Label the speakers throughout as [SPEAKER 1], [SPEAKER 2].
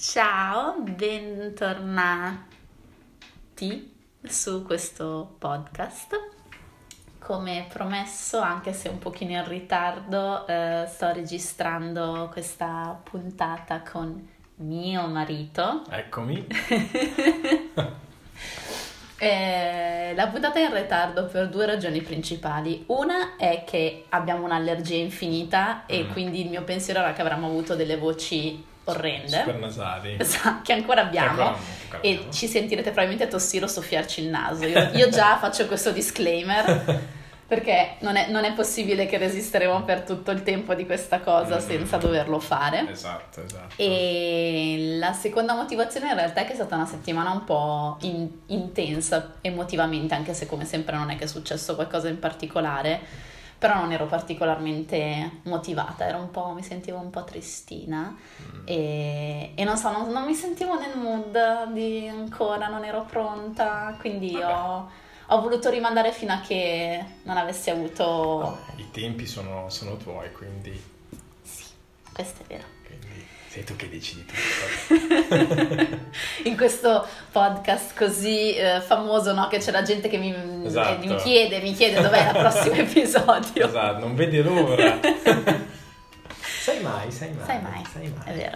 [SPEAKER 1] Ciao, bentornati su questo podcast. Come promesso, anche se un pochino in ritardo, sto registrando questa puntata con mio marito.
[SPEAKER 2] Eccomi.
[SPEAKER 1] La puntata è in ritardo per due ragioni principali. Una è che abbiamo un'allergia infinita e quindi il mio pensiero era che avremmo avuto delle voci orrende,
[SPEAKER 2] super nasali,
[SPEAKER 1] che ancora abbiamo, e ci sentirete probabilmente tossire o soffiarci il naso. Io già faccio questo disclaimer perché non è possibile che resisteremo per tutto il tempo di questa cosa senza doverlo fare.
[SPEAKER 2] Esatto.
[SPEAKER 1] E la seconda motivazione in realtà è che è stata una settimana un po' intensa emotivamente, anche se come sempre non è che è successo qualcosa in particolare. Però non ero particolarmente motivata, mi sentivo un po' tristina e non so, non mi sentivo nel mood ancora, non ero pronta, quindi ho voluto rimandare fino a che non avessi avuto...
[SPEAKER 2] Vabbè, i tempi sono tuoi, quindi...
[SPEAKER 1] Sì, questo è vero.
[SPEAKER 2] Quindi sei tu che decidi tutto.
[SPEAKER 1] In questo podcast così famoso, no? Che c'è la gente che mi chiede dov'è il prossimo episodio.
[SPEAKER 2] Esatto, non vede l'ora. Sai mai.
[SPEAKER 1] È vero.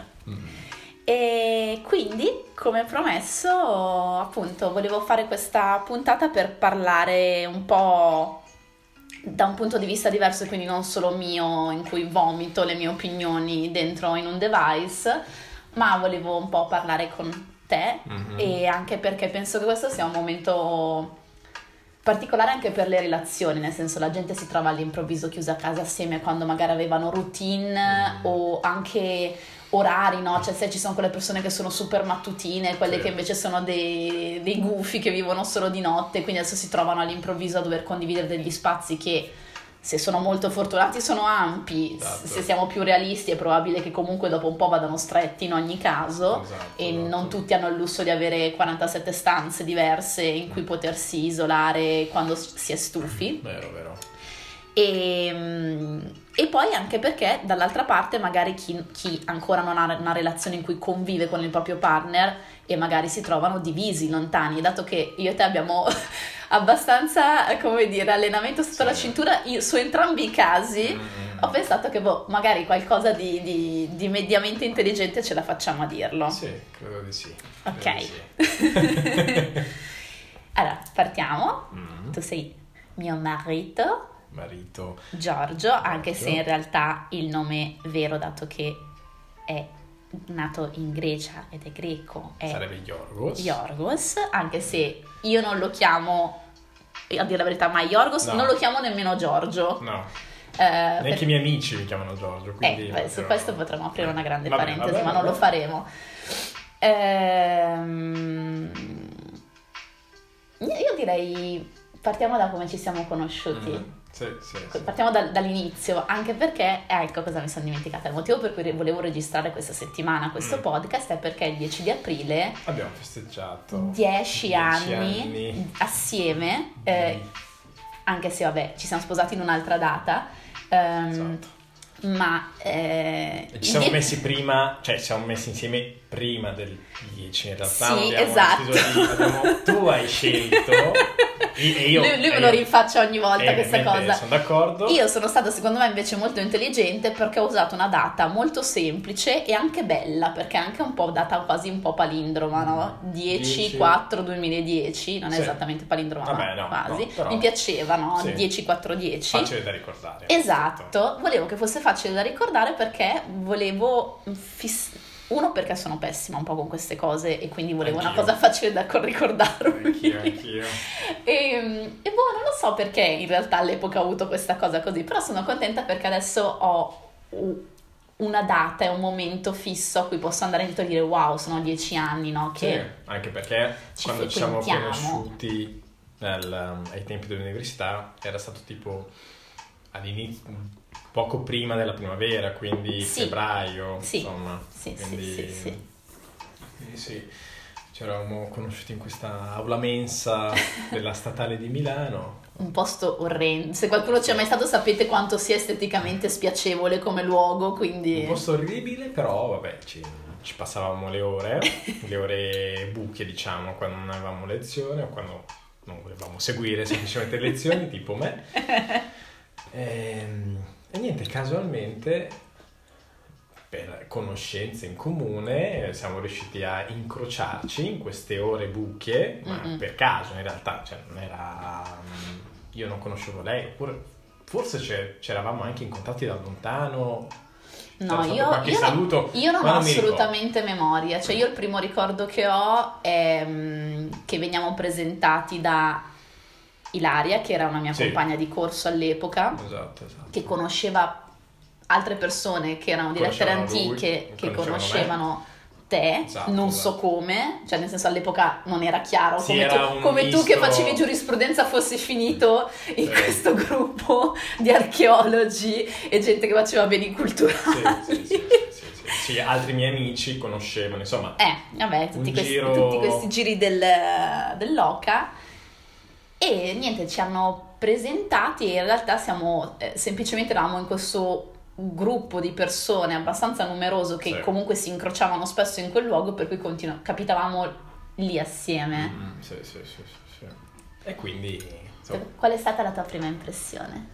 [SPEAKER 1] E quindi, come promesso, appunto, volevo fare questa puntata per parlare un po' da un punto di vista diverso, quindi non solo mio, in cui vomito le mie opinioni dentro in un device, ma volevo un po' parlare con te, e anche perché penso che questo sia un momento particolare anche per le relazioni, nel senso la gente si trova all'improvviso chiusa a casa assieme quando magari avevano routine o anche orari, no? Cioè se ci sono quelle persone che sono super mattutine, quelle che invece sono dei gufi che vivono solo di notte, quindi adesso si trovano all'improvviso a dover condividere degli spazi che, se sono molto fortunati, sono ampi.
[SPEAKER 2] Esatto.
[SPEAKER 1] Se siamo più realisti è probabile che comunque dopo un po' vadano stretti in ogni caso.
[SPEAKER 2] Esatto.
[SPEAKER 1] Non tutti hanno il lusso di avere 47 stanze diverse in cui potersi isolare quando si è stufi.
[SPEAKER 2] Vero.
[SPEAKER 1] E poi anche perché dall'altra parte magari chi ancora non ha una relazione in cui convive con il proprio partner e magari si trovano divisi, lontani, e dato che io e te abbiamo abbastanza, come dire, allenamento sotto la cintura su entrambi i casi, ho pensato che magari qualcosa di mediamente intelligente ce la facciamo a dirlo.
[SPEAKER 2] Sì, credo di sì.
[SPEAKER 1] Ok. Allora, partiamo. Tu sei mio marito Giorgio, anche se in realtà il nome vero, dato che è nato in Grecia ed è greco,
[SPEAKER 2] sarebbe
[SPEAKER 1] Yorgos, anche se io non lo chiamo, a dire la verità, mai Yorgos, non lo chiamo nemmeno Giorgio.
[SPEAKER 2] No. Neanche i miei amici mi chiamano Giorgio, quindi
[SPEAKER 1] su questo potremmo aprire una grande
[SPEAKER 2] vabbè,
[SPEAKER 1] parentesi, ma non lo faremo. Io direi partiamo da come ci siamo conosciuti.
[SPEAKER 2] Sì.
[SPEAKER 1] Partiamo dall'inizio, anche perché, ecco cosa mi sono dimenticata. Il motivo per cui volevo registrare questa settimana questo podcast è perché il 10 di aprile
[SPEAKER 2] abbiamo festeggiato
[SPEAKER 1] 10 anni assieme, anche se vabbè ci siamo sposati in un'altra data,
[SPEAKER 2] esatto.
[SPEAKER 1] Ma
[SPEAKER 2] ci siamo messi prima, cioè ci siamo messi insieme prima del 10 in realtà.
[SPEAKER 1] Sì, esatto.
[SPEAKER 2] Tu hai scelto e io
[SPEAKER 1] lui me lo rinfaccia ogni volta questa cosa.
[SPEAKER 2] Sono d'accordo.
[SPEAKER 1] Io sono stata secondo me invece molto intelligente perché ho usato una data molto semplice e anche bella, perché è anche un po' data quasi un po' palindroma, no? 10-4-2010, non è esattamente palindroma, ma quasi.
[SPEAKER 2] Però,
[SPEAKER 1] mi piaceva, no?
[SPEAKER 2] Sì.
[SPEAKER 1] 10-4-10.
[SPEAKER 2] Facile da ricordare.
[SPEAKER 1] Esatto, volevo che fosse facile da ricordare perché volevo uno, perché sono pessima un po' con queste cose e quindi volevo una cosa facile da ricordarmi.
[SPEAKER 2] Anch'io.
[SPEAKER 1] E non lo so perché in realtà all'epoca ho avuto questa cosa così, però sono contenta perché adesso ho una data e un momento fisso a cui posso andare indietro e dire wow, sono 10 anni, no? Che
[SPEAKER 2] sì, anche perché quando ci siamo conosciuti ai tempi dell'università era stato tipo all'inizio, poco prima della primavera, quindi febbraio, insomma. Sì. Ci eravamo conosciuti in questa aula mensa della Statale di Milano,
[SPEAKER 1] un posto orrendo. Se qualcuno ci è mai stato, sapete quanto sia esteticamente spiacevole come luogo, quindi...
[SPEAKER 2] Un posto orribile, però vabbè, ci passavamo le ore buche, diciamo, quando non avevamo lezione o quando non volevamo seguire semplicemente lezioni, tipo me. E niente, casualmente, per conoscenze in comune, siamo riusciti a incrociarci in queste ore buche, ma per caso in realtà, cioè non era... Io non conoscevo lei, oppure forse c'eravamo anche incontrati da lontano.
[SPEAKER 1] No, io non ho assolutamente memoria, cioè io il primo ricordo che ho è che veniamo presentati da Ilaria, che era una mia compagna di corso all'epoca,
[SPEAKER 2] esatto.
[SPEAKER 1] che conosceva altre persone che erano di lettere antiche, che conoscevano te, non so come, cioè nel senso all'epoca non era chiaro come tu che facevi giurisprudenza fossi finito in questo gruppo di archeologi e gente che faceva beni culturali.
[SPEAKER 2] Sì, altri miei amici conoscevano, insomma.
[SPEAKER 1] Vabbè, tutti questi giri dell'Oca, e niente, ci hanno presentati e in realtà semplicemente eravamo in questo gruppo di persone abbastanza numeroso che comunque si incrociavano spesso in quel luogo, per cui capitavamo lì assieme.
[SPEAKER 2] Sì. E quindi
[SPEAKER 1] qual è stata la tua prima impressione?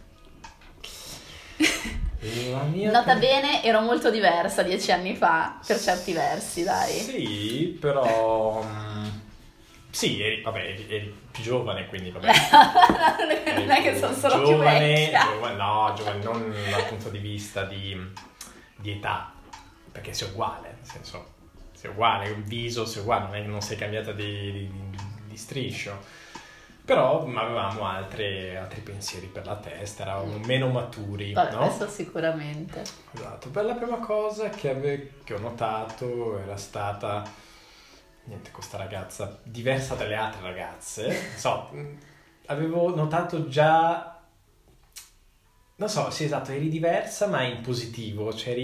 [SPEAKER 2] La mia
[SPEAKER 1] Nota bene, ero molto diversa 10 anni fa per certi versi, dai.
[SPEAKER 2] Sì, però sì, eri più giovane, quindi vabbè.
[SPEAKER 1] Non è che sono solo più vecchia.
[SPEAKER 2] Giovane non dal punto di vista di età, perché sei uguale, nel senso, sei uguale, il viso sei uguale, non è che non sei cambiata di striscio. Però avevamo altri pensieri per la testa, eravamo meno maturi,
[SPEAKER 1] vabbè,
[SPEAKER 2] no?
[SPEAKER 1] Questo sicuramente.
[SPEAKER 2] Esatto, per la prima cosa che ho notato era stata... Niente, questa ragazza diversa dalle altre ragazze, avevo notato già, non so, sì, esatto, eri diversa ma in positivo, cioè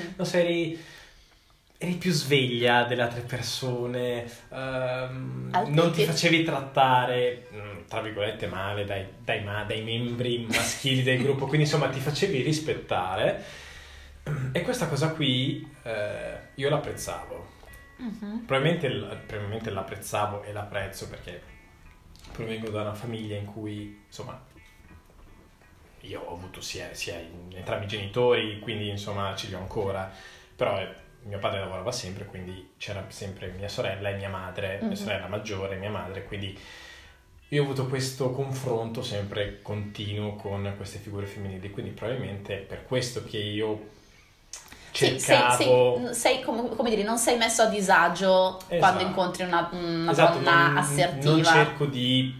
[SPEAKER 2] eri più sveglia delle altre persone, non ti facevi trattare, tra virgolette, male dai membri maschili del gruppo, quindi insomma ti facevi rispettare, e questa cosa qui io l'apprezzavo. Probabilmente l'apprezzavo e l'apprezzo perché provengo da una famiglia in cui insomma io ho avuto sia entrambi i genitori, quindi insomma ce li ho ancora, però mio padre lavorava sempre, quindi c'era sempre mia sorella e mia madre, mia sorella maggiore e mia madre, quindi io ho avuto questo confronto sempre continuo con queste figure femminili, quindi probabilmente è per questo che io cercavo...
[SPEAKER 1] Sei come dire, non sei messo a disagio quando incontri una donna assertiva.
[SPEAKER 2] Non cerco di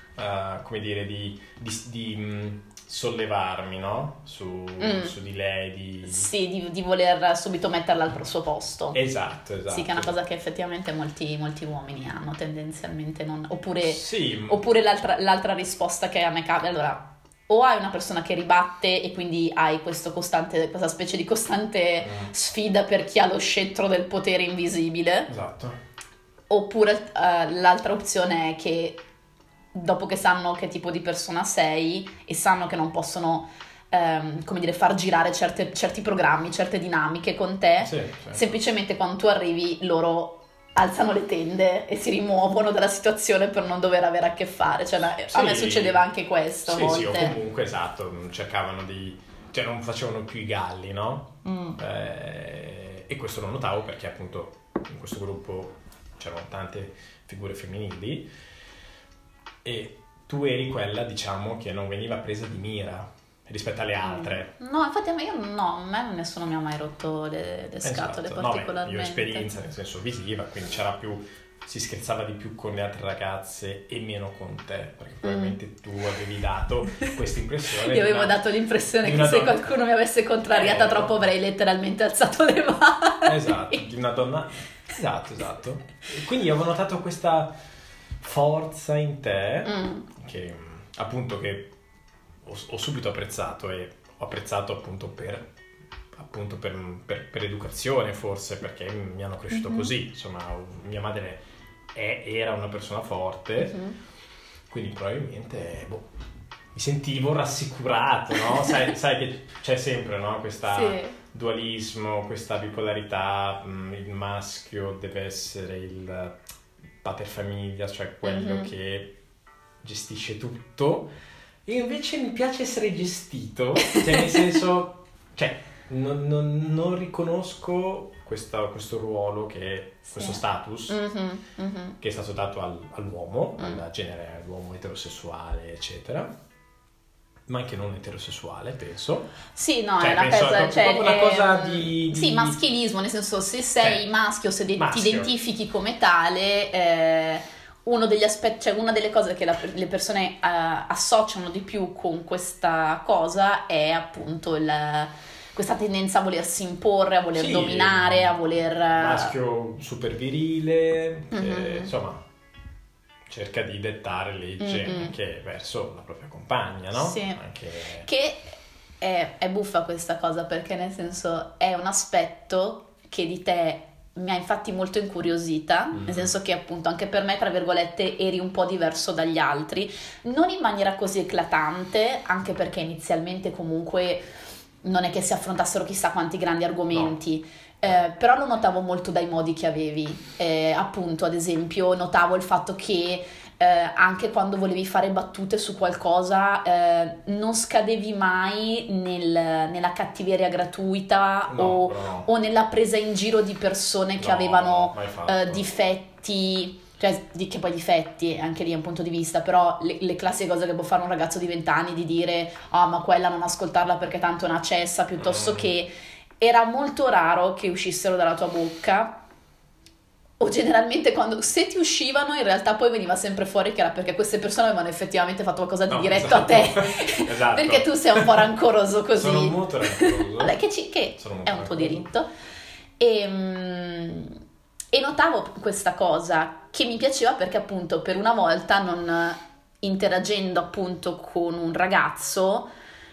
[SPEAKER 2] sollevarmi, no? Su di lei.
[SPEAKER 1] Sì, di voler subito metterla al suo posto.
[SPEAKER 2] Esatto.
[SPEAKER 1] Sì, che è una cosa che effettivamente molti uomini hanno tendenzialmente, oppure l'altra risposta che a me capita, allora... O hai una persona che ribatte e quindi hai questa specie di costante sfida per chi ha lo scettro del potere invisibile.
[SPEAKER 2] Esatto.
[SPEAKER 1] Oppure l'altra opzione è che dopo che sanno che tipo di persona sei e sanno che non possono far girare certi programmi, certe dinamiche con te, semplicemente quando tu arrivi loro alzano le tende e si rimuovono dalla situazione per non dover avere a che fare, a me succedeva anche questo a volte.
[SPEAKER 2] O comunque cercavano cioè non facevano più i galli, no? E questo lo notavo perché appunto in questo gruppo c'erano tante figure femminili e tu eri quella, diciamo, che non veniva presa di mira rispetto alle altre.
[SPEAKER 1] No, infatti a me nessuno mi ha mai rotto le scatole particolarmente.
[SPEAKER 2] Io ho esperienza nel senso visiva, quindi si scherzava di più con le altre ragazze e meno con te, perché probabilmente tu avevi dato questa impressione.
[SPEAKER 1] Io avevo dato l'impressione che se qualcuno mi avesse contrariata troppo avrei letteralmente alzato le mani.
[SPEAKER 2] Esatto, di una donna. Esatto. E quindi avevo notato questa forza in te che appunto che ho subito apprezzato, e ho apprezzato appunto per educazione, forse perché mi hanno cresciuto così, insomma mia madre era una persona forte, quindi probabilmente mi sentivo rassicurato, no? Sai che c'è sempre, no? Questa dualismo, questa bipolarità, il maschio deve essere il paterfamiglia, cioè quello che gestisce tutto, e invece mi piace essere gestito, cioè nel senso, cioè non riconosco questo ruolo, questo status che è stato dato all'uomo, al genere, all'uomo eterosessuale, eccetera, ma anche non eterosessuale, penso.
[SPEAKER 1] Sì, no, è proprio
[SPEAKER 2] una cosa di...
[SPEAKER 1] Sì, maschilismo, nel senso, se sei maschio, se ti identifichi come tale, uno degli aspetti, cioè una delle cose che le persone associano di più con questa cosa è appunto questa tendenza a volersi imporre, a voler dominare, a voler...
[SPEAKER 2] Maschio super virile, insomma... cerca di dettare legge anche verso la propria compagna, no?
[SPEAKER 1] Sì.
[SPEAKER 2] Anche...
[SPEAKER 1] Che è buffa questa cosa, perché nel senso è un aspetto che di te mi ha infatti molto incuriosita, nel senso che appunto anche per me, tra virgolette, eri un po' diverso dagli altri, non in maniera così eclatante, anche perché inizialmente comunque non è che si affrontassero chissà quanti grandi argomenti. No. Però lo notavo molto dai modi che avevi, appunto ad esempio notavo il fatto che anche quando volevi fare battute su qualcosa non scadevi mai nella cattiveria gratuita o nella presa in giro di persone che avevano difetti, cioè che poi difetti anche lì è un punto di vista, però le classiche cose che può fare un ragazzo di 20 anni di dire ma quella non ascoltarla perché tanto è una cessa, piuttosto che era molto raro che uscissero dalla tua bocca, o generalmente se ti uscivano in realtà poi veniva sempre fuori che era perché queste persone avevano effettivamente fatto qualcosa di diretto a te.
[SPEAKER 2] Esatto.
[SPEAKER 1] Perché tu sei un po' rancoroso così.
[SPEAKER 2] Sono molto rancoroso.
[SPEAKER 1] Vabbè, che è un tuo diritto. E notavo questa cosa che mi piaceva perché appunto per una volta, non interagendo appunto con un ragazzo,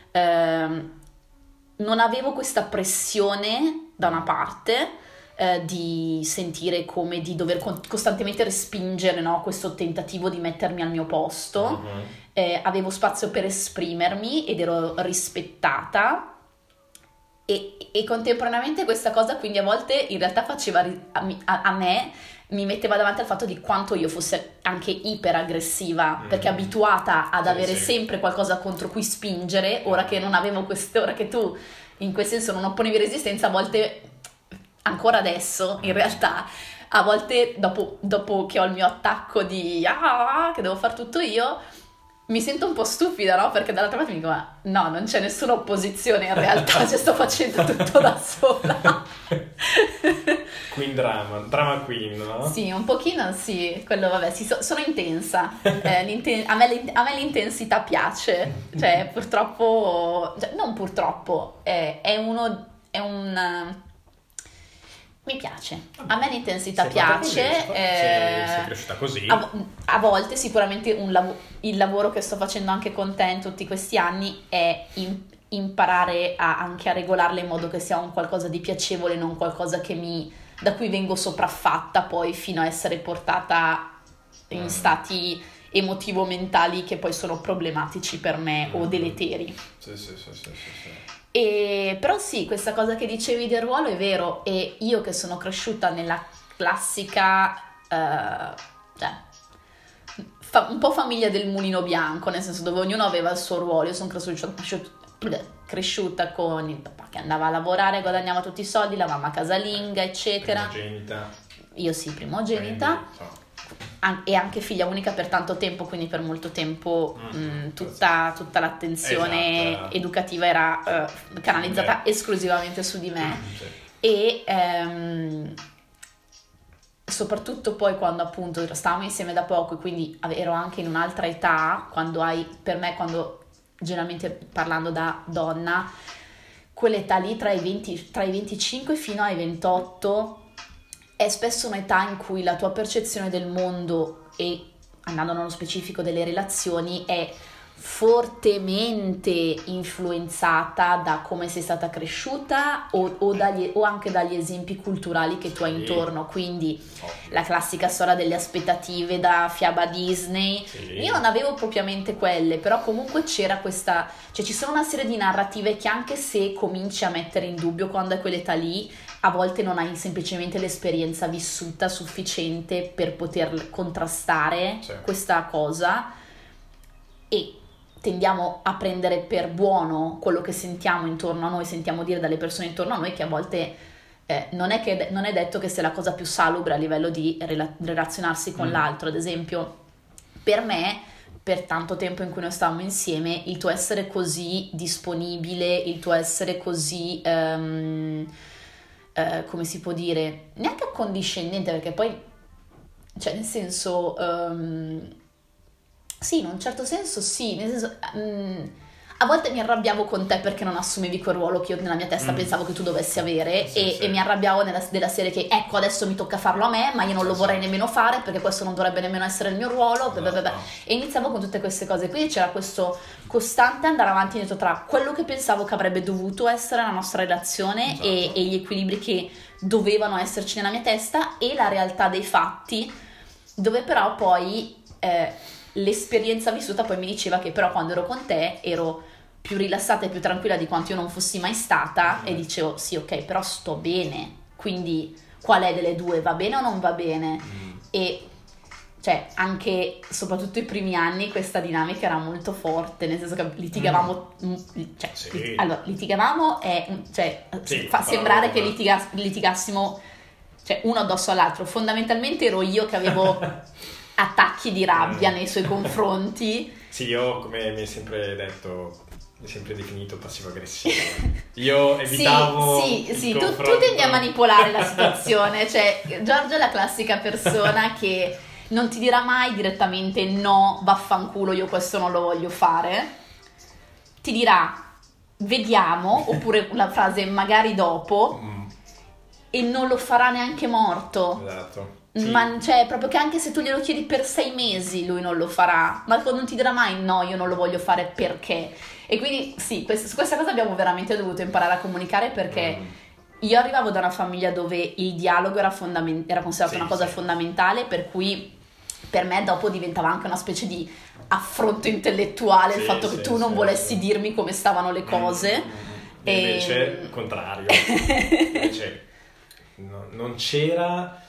[SPEAKER 1] non avevo questa pressione da una parte di sentire come di dover costantemente respingere, no, questo tentativo di mettermi al mio posto. Avevo spazio per esprimermi ed ero rispettata e contemporaneamente questa cosa quindi a volte in realtà faceva a me mi metteva davanti al fatto di quanto io fosse anche iperaggressiva, perché abituata ad avere sempre qualcosa contro cui spingere, ora che non avevo ora che tu in quel senso non opponevi resistenza, a volte, ancora adesso in realtà, a volte dopo che ho il mio attacco di che devo fare tutto io, mi sento un po' stupida, no? Perché dall'altra parte mi dico, no, non c'è nessuna opposizione in realtà, cioè sto facendo tutto da sola.
[SPEAKER 2] Queen drama queen, no?
[SPEAKER 1] Sì, un pochino sì, quello vabbè, sono intensa, a me l'intensità piace, cioè purtroppo, cioè, non purtroppo, mi piace, a me l'intensità piace.
[SPEAKER 2] Sei cresciuta così?
[SPEAKER 1] A volte sicuramente il lavoro che sto facendo anche con te in tutti questi anni è imparare anche a regolarle in modo che sia un qualcosa di piacevole, non qualcosa da cui vengo sopraffatta poi fino a essere portata in stati emotivo-mentali che poi sono problematici per me o deleteri.
[SPEAKER 2] Sì.
[SPEAKER 1] Però sì, questa cosa che dicevi del ruolo è vero, e io che sono cresciuta nella classica un po' famiglia del mulino bianco, nel senso dove ognuno aveva il suo ruolo. Io sono cresciuta con il papà che andava a lavorare, guadagnava tutti i soldi, la mamma casalinga, eccetera.
[SPEAKER 2] Primogenita.
[SPEAKER 1] Io sì, primogenita. E anche figlia unica per tanto tempo, quindi per molto tempo tutta l'attenzione educativa era canalizzata esclusivamente su di me. E soprattutto poi quando appunto stavamo insieme da poco e quindi ero anche in un'altra età, quando generalmente parlando da donna, quell'età lì tra i 25 fino ai 28 è spesso un'età in cui la tua percezione del mondo e, andando nello specifico delle relazioni, è fortemente influenzata da come sei stata cresciuta o anche dagli esempi culturali che tu hai intorno, quindi la classica storia delle aspettative da fiaba Disney. Io non avevo propriamente quelle, però comunque c'era questa, cioè ci sono una serie di narrative che anche se cominci a mettere in dubbio quando è quell'età lì, a volte non hai semplicemente l'esperienza vissuta sufficiente per poter contrastare questa cosa, e tendiamo a prendere per buono quello che sentiamo intorno a noi, sentiamo dire dalle persone intorno a noi, che a volte non è detto che sia la cosa più salubre a livello di relazionarsi con l'altro. Ad esempio, per me, per tanto tempo in cui noi stavamo insieme, il tuo essere così disponibile, il tuo essere così come si può dire, neanche accondiscendente, perché poi, cioè nel senso, sì, in un certo senso sì, nel senso, a volte mi arrabbiavo con te perché non assumevi quel ruolo che io nella mia testa pensavo che tu dovessi avere, e mi arrabbiavo della serie che ecco adesso mi tocca farlo a me, ma io non lo vorrei nemmeno fare perché questo non dovrebbe nemmeno essere il mio ruolo, e iniziavo con tutte queste cose, quindi c'era questo costante andare avanti e indietro tra quello che pensavo che avrebbe dovuto essere la nostra relazione e gli equilibri che dovevano esserci nella mia testa e la realtà dei fatti, dove però poi l'esperienza vissuta poi mi diceva che però quando ero con te ero più rilassata e più tranquilla di quanto io non fossi mai stata, e dicevo sì, ok, però sto bene, quindi qual è delle due, va bene o non va bene? E cioè anche soprattutto i primi anni questa dinamica era molto forte, nel senso che litigavamo, cioè allora litigavamo fa sembrare che litigassimo cioè uno addosso all'altro, fondamentalmente ero io che avevo attacchi di rabbia nei suoi confronti.
[SPEAKER 2] Sì, io, come mi hai sempre detto, mi hai sempre definito passivo-aggressivo. Io evitavo
[SPEAKER 1] sì, tu tendi a manipolare la situazione, cioè Giorgio è la classica persona che non ti dirà mai direttamente no, vaffanculo, io questo non lo voglio fare, ti dirà vediamo, oppure la frase magari dopo, e non lo farà neanche morto.
[SPEAKER 2] Esatto.
[SPEAKER 1] Sì. Ma cioè proprio che anche se tu glielo chiedi per 6 mesi lui non lo farà, ma non ti dirà mai no, io non lo voglio fare perché. E quindi sì, su questa cosa abbiamo veramente dovuto imparare a comunicare, perché io arrivavo da una famiglia dove il dialogo era considerato una cosa fondamentale, per cui per me dopo diventava anche una specie di affronto intellettuale il fatto che tu non volessi dirmi come stavano le cose.
[SPEAKER 2] E invece il contrario, invece non c'era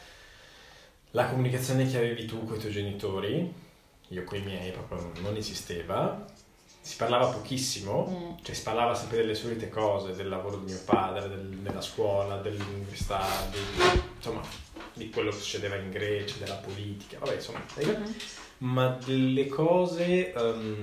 [SPEAKER 2] la comunicazione che avevi tu con i tuoi genitori, io con i miei proprio non esisteva, si parlava pochissimo, cioè si parlava sempre delle solite cose, del lavoro di mio padre, della scuola, dell'università, insomma di quello che succedeva in Grecia, della politica, vabbè insomma, ma delle cose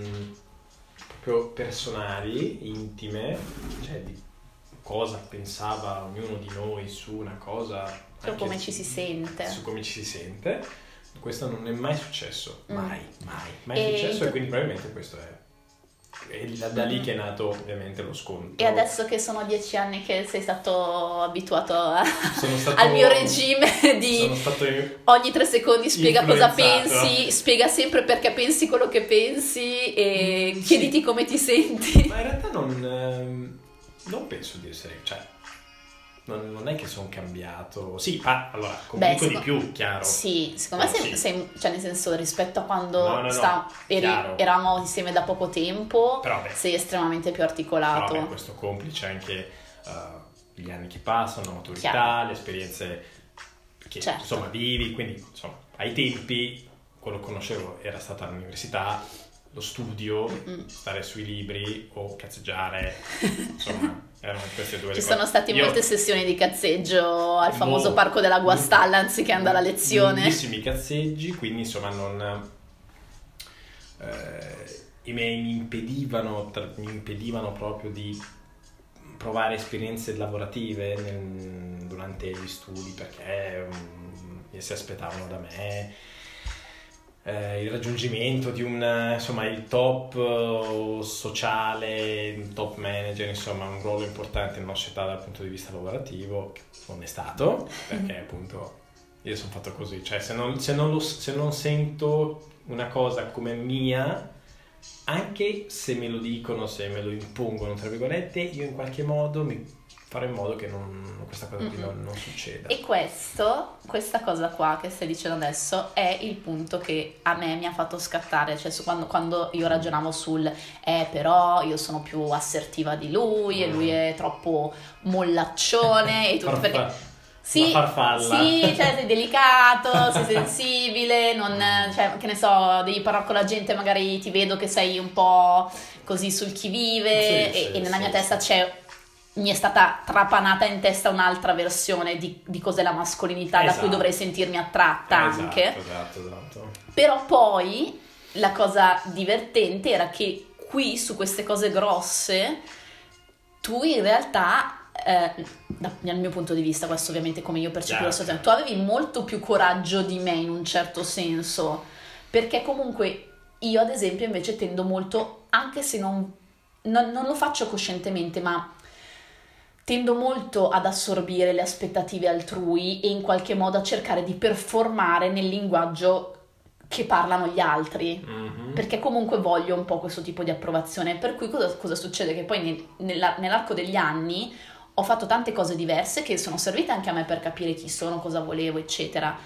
[SPEAKER 2] proprio personali, intime, cioè di cosa pensava ognuno di noi su una cosa,
[SPEAKER 1] su come ci si sente.
[SPEAKER 2] Su come ci si sente. Questo non è mai successo, mai successo, e quindi probabilmente questo è da lì che è nato ovviamente lo scontro.
[SPEAKER 1] E adesso che sono 10 anni che sei stato abituato al mio regime di ogni 3 secondi spiega cosa pensi, spiega sempre perché pensi quello che pensi e chiediti come ti senti.
[SPEAKER 2] Ma in realtà non penso di essere, cioè non è che sono cambiato. Sì, allora comunque di più, chiaro.
[SPEAKER 1] Sì, secondo me sei, cioè nel senso, rispetto a quando eravamo insieme da poco tempo, sei estremamente più articolato.
[SPEAKER 2] Però questo complice anche gli anni che passano, la maturità, le esperienze che insomma vivi, quindi insomma ai tempi quello che conoscevo era stata l'università, lo studio, stare sui libri o cazzeggiare, insomma erano queste due
[SPEAKER 1] Ci sono state molte sessioni di cazzeggio al famoso parco della Guastalla anziché andare a lezione.
[SPEAKER 2] Lunghissimi cazzeggi, quindi insomma i miei mi impedivano proprio di provare esperienze lavorative durante gli studi, perché si aspettavano da me il raggiungimento di il top sociale, il top manager, insomma un ruolo importante nella società dal punto di vista lavorativo, che non è stato, perché appunto io sono fatto così, cioè se non sento una cosa come mia, anche se me lo dicono, se me lo impongono, tra virgolette, io in qualche modo mi farò in modo che questa cosa qui non succeda.
[SPEAKER 1] E questa cosa qua che stai dicendo adesso è il punto che a me mi ha fatto scattare, cioè quando io ragionavo sul però io sono più assertiva di lui e lui è troppo mollaccione e tutto, perché sì, cioè sei delicato, sei sensibile, cioè, che ne so, devi parlare con la gente, magari ti vedo che sei un po' così sul chi vive, e nella mia testa mi è stata trapanata in testa un'altra versione di cos'è la mascolinità, da cui dovrei sentirmi attratta anche.
[SPEAKER 2] Esatto.
[SPEAKER 1] Però poi la cosa divertente era che qui, su queste cose grosse, tu in realtà, dal mio punto di vista, questo ovviamente come io percepivo la situazione, tu avevi molto più coraggio di me in un certo senso, perché comunque io ad esempio invece tendo molto, anche se non lo faccio coscientemente, ma tendo molto ad assorbire le aspettative altrui e in qualche modo a cercare di performare nel linguaggio che parlano gli altri, perché comunque voglio un po' questo tipo di approvazione. Per cui cosa succede? Che poi nell'arco degli anni ho fatto tante cose diverse che sono servite anche a me per capire chi sono, cosa volevo, eccetera.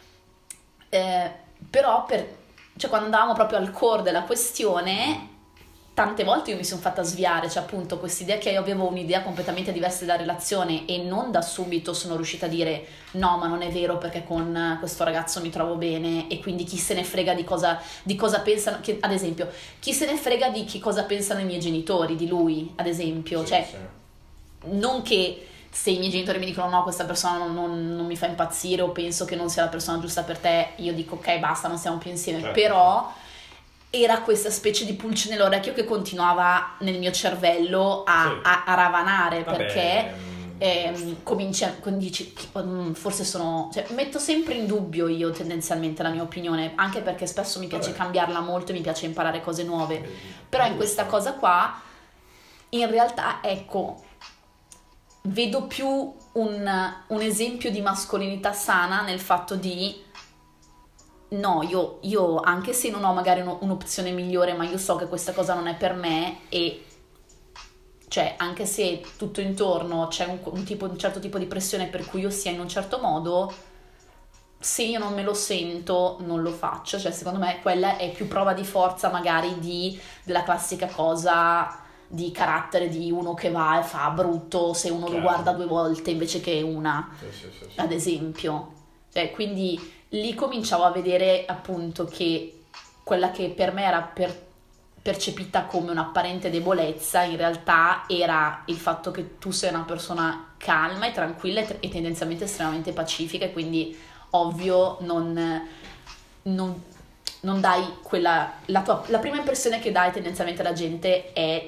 [SPEAKER 1] Però cioè quando andavamo proprio al core della questione, tante volte io mi sono fatta sviare, cioè appunto quest'idea che io avevo un'idea completamente diversa della relazione e non da subito sono riuscita a dire no, ma non è vero, perché con questo ragazzo mi trovo bene e quindi chi se ne frega di cosa pensano, ad esempio, chi se ne frega di che cosa pensano i miei genitori di lui, ad esempio, non che se i miei genitori mi dicono no, questa persona non mi fa impazzire o penso che non sia la persona giusta per te, io dico ok, basta, non stiamo più insieme, però era questa specie di pulce nell'orecchio che continuava nel mio cervello a ravanare. Perché dici, forse cioè, metto sempre in dubbio io tendenzialmente la mia opinione, anche perché spesso mi piace cambiarla molto e mi piace imparare cose nuove, però in questa cosa qua in realtà, ecco, vedo più un esempio di mascolinità sana nel fatto di no, io anche se non ho magari un'opzione migliore, ma io so che questa cosa non è per me, e cioè anche se tutto intorno c'è un certo tipo di pressione per cui io sia in un certo modo, se io non me lo sento non lo faccio. Cioè secondo me quella è più prova di forza magari della classica cosa di carattere di uno che va e fa brutto se uno lo guarda 2 volte invece che una, ad esempio. Cioè, quindi lì cominciavo a vedere appunto che quella che per me era percepita come un'apparente debolezza in realtà era il fatto che tu sei una persona calma e tranquilla e tendenzialmente estremamente pacifica, e quindi ovvio non dai quella, la prima impressione che dai tendenzialmente alla gente è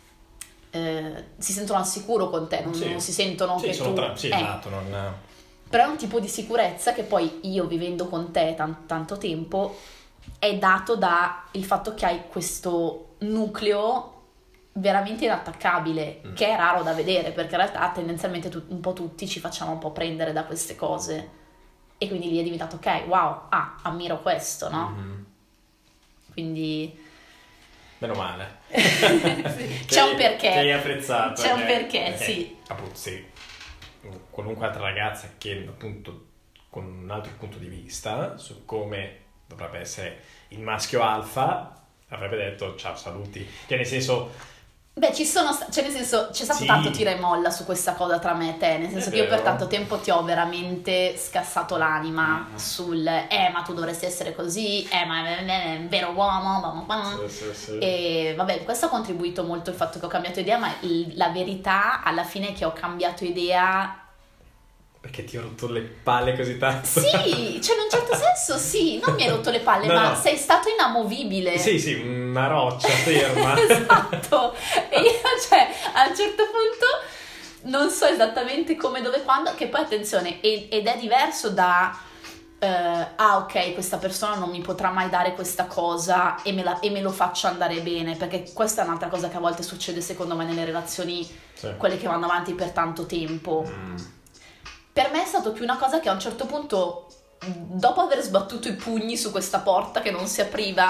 [SPEAKER 1] si sentono al sicuro con te, non si sentono che tu
[SPEAKER 2] esatto,
[SPEAKER 1] però è un tipo di sicurezza che poi io, vivendo con te tanto tempo, è dato da il fatto che hai questo nucleo veramente inattaccabile, che è raro da vedere, perché in realtà tendenzialmente un po' tutti ci facciamo un po' prendere da queste cose, e quindi lì è diventato ok, wow, ammiro questo, no? Quindi
[SPEAKER 2] meno male.
[SPEAKER 1] C'è un perché.
[SPEAKER 2] Che hai apprezzato.
[SPEAKER 1] C'è un perché, sì.
[SPEAKER 2] Appunto, sì. Qualunque altra ragazza che appunto con un altro punto di vista su come dovrebbe essere il maschio alfa avrebbe detto ciao, saluti. Cioè nel senso...
[SPEAKER 1] Beh, c'è stato tanto tira e molla su questa cosa tra me e te, nel senso che io per tanto tempo ti ho veramente scassato l'anima sul ma tu dovresti essere così, ma è un vero uomo,
[SPEAKER 2] sì.
[SPEAKER 1] E vabbè, questo ha contribuito molto il fatto che ho cambiato idea, ma la verità alla fine è che ho cambiato idea
[SPEAKER 2] perché ti ho rotto le palle così tanto.
[SPEAKER 1] Sì, cioè in un certo senso sì, non mi hai rotto le palle, ma sei stato inamovibile.
[SPEAKER 2] Sì, una roccia ferma.
[SPEAKER 1] Esatto. E io, cioè, a un certo punto non so esattamente come, dove, quando, che poi attenzione, ed è diverso da ok, questa persona non mi potrà mai dare questa cosa e me lo faccio andare bene, perché questa è un'altra cosa che a volte succede secondo me nelle relazioni, quelle che vanno avanti per tanto tempo. Per me è stato più una cosa che a un certo punto, dopo aver sbattuto i pugni su questa porta che non si apriva,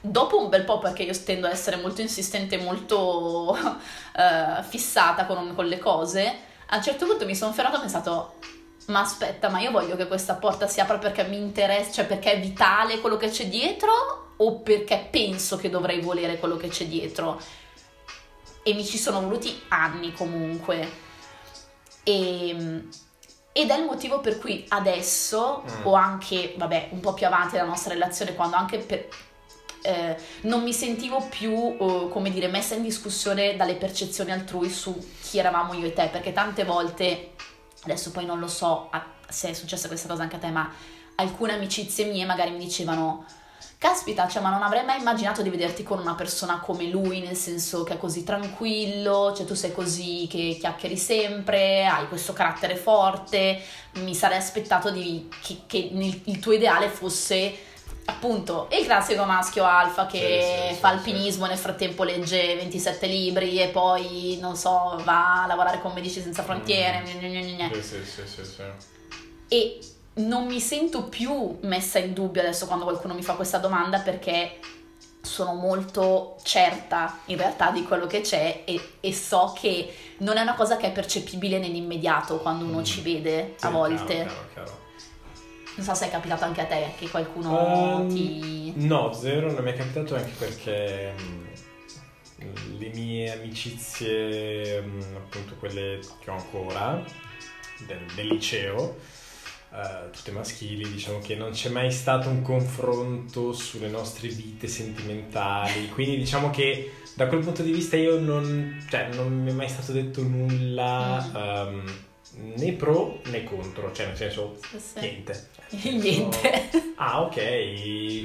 [SPEAKER 1] dopo un bel po', perché io tendo a essere molto insistente, molto fissata con le cose, a un certo punto mi sono fermata e ho pensato, ma aspetta, ma io voglio che questa porta si apra perché mi interessa, cioè perché è vitale quello che c'è dietro, o perché penso che dovrei volere quello che c'è dietro? E mi ci sono voluti anni comunque. Ed è il motivo per cui adesso, o anche, vabbè, un po' più avanti nella nostra relazione, quando anche non mi sentivo più, come dire, messa in discussione dalle percezioni altrui su chi eravamo io e te, perché tante volte, adesso poi non lo so se è successa questa cosa anche a te, ma alcune amicizie mie magari mi dicevano, caspita, cioè, ma non avrei mai immaginato di vederti con una persona come lui, nel senso che è così tranquillo, cioè tu sei così che chiacchieri sempre, hai questo carattere forte, mi sarei aspettato che il tuo ideale fosse appunto il classico maschio alfa che fa alpinismo, nel frattempo legge 27 libri e poi, non so, va a lavorare con Medici Senza Frontiere.
[SPEAKER 2] Sì.
[SPEAKER 1] E non mi sento più messa in dubbio adesso quando qualcuno mi fa questa domanda, perché sono molto certa in realtà di quello che c'è e so che non è una cosa che è percepibile nell'immediato quando uno ci vede a volte.
[SPEAKER 2] Chiaro.
[SPEAKER 1] Non so se è capitato anche a te che qualcuno ti...
[SPEAKER 2] No, zero, non mi è capitato, anche perché le mie amicizie, appunto quelle che ho ancora del liceo, tutte maschili, diciamo che non c'è mai stato un confronto sulle nostre vite sentimentali, quindi diciamo che da quel punto di vista io non mi è mai stato detto nulla, né pro né contro, cioè nel senso niente. Ah, ok,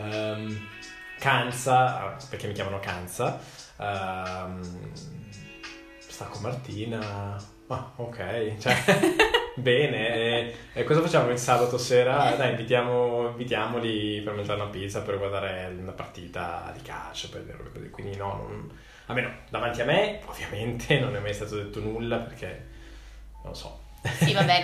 [SPEAKER 2] Canza, perché mi chiamano Canza, sta con Martina, ah, ok, cioè bene, e cosa facciamo il sabato sera? Dai, invitiamoli per mangiare una pizza, per guardare una partita di calcio, per dire così. Quindi no, almeno davanti a me ovviamente non è mai stato detto nulla, perché non so.
[SPEAKER 1] Sì, vabbè,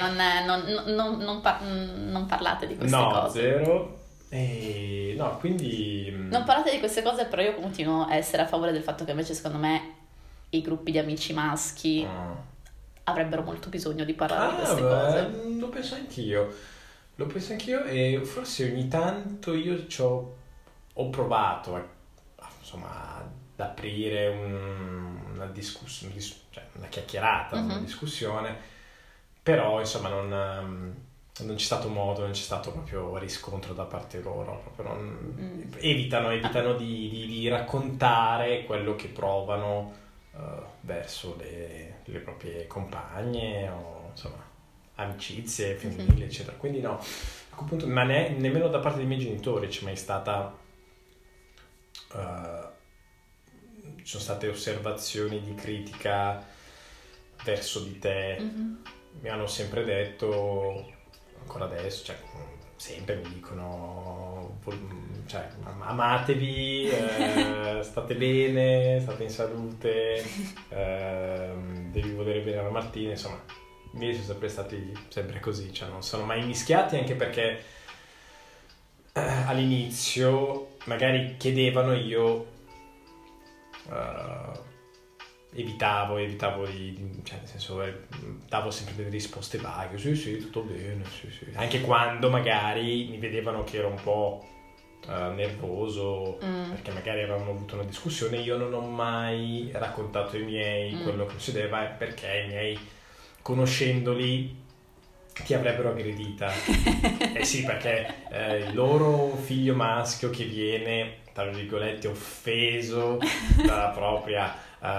[SPEAKER 1] non parlate di queste cose.
[SPEAKER 2] No, zero. No, quindi...
[SPEAKER 1] Non parlate di queste cose, però io continuo a essere a favore del fatto che invece secondo me i gruppi di amici maschi avrebbero molto bisogno di parlare di queste cose.
[SPEAKER 2] Lo penso anch'io, e forse ogni tanto io ho provato ad aprire una discussione, cioè una chiacchierata, una discussione, però insomma non c'è stato modo, non c'è stato proprio riscontro da parte loro, proprio evitano di raccontare quello che provano verso le proprie compagne, o insomma amicizie femminili, eccetera. Quindi no, a quel punto, ma nemmeno da parte dei miei genitori c'è mai stata ci sono state osservazioni di critica verso di te. Mi hanno sempre detto, ancora adesso, cioè sempre mi dicono, cioè, amatevi, state bene, state in salute, devi volere bene alla Martina, insomma, i miei sono sempre stati sempre così, cioè non sono mai mischiati, anche perché all'inizio magari chiedevano, io evitavo di, cioè nel senso, davo sempre delle risposte vaghe, sì, tutto bene, sì. Anche quando magari mi vedevano che ero un po' nervoso, perché magari avevamo avuto una discussione, io non ho mai raccontato ai miei quello che succedeva, perché i miei, conoscendoli, ti avrebbero aggredita. Sì, perché il loro figlio maschio che viene, tra virgolette, offeso dalla propria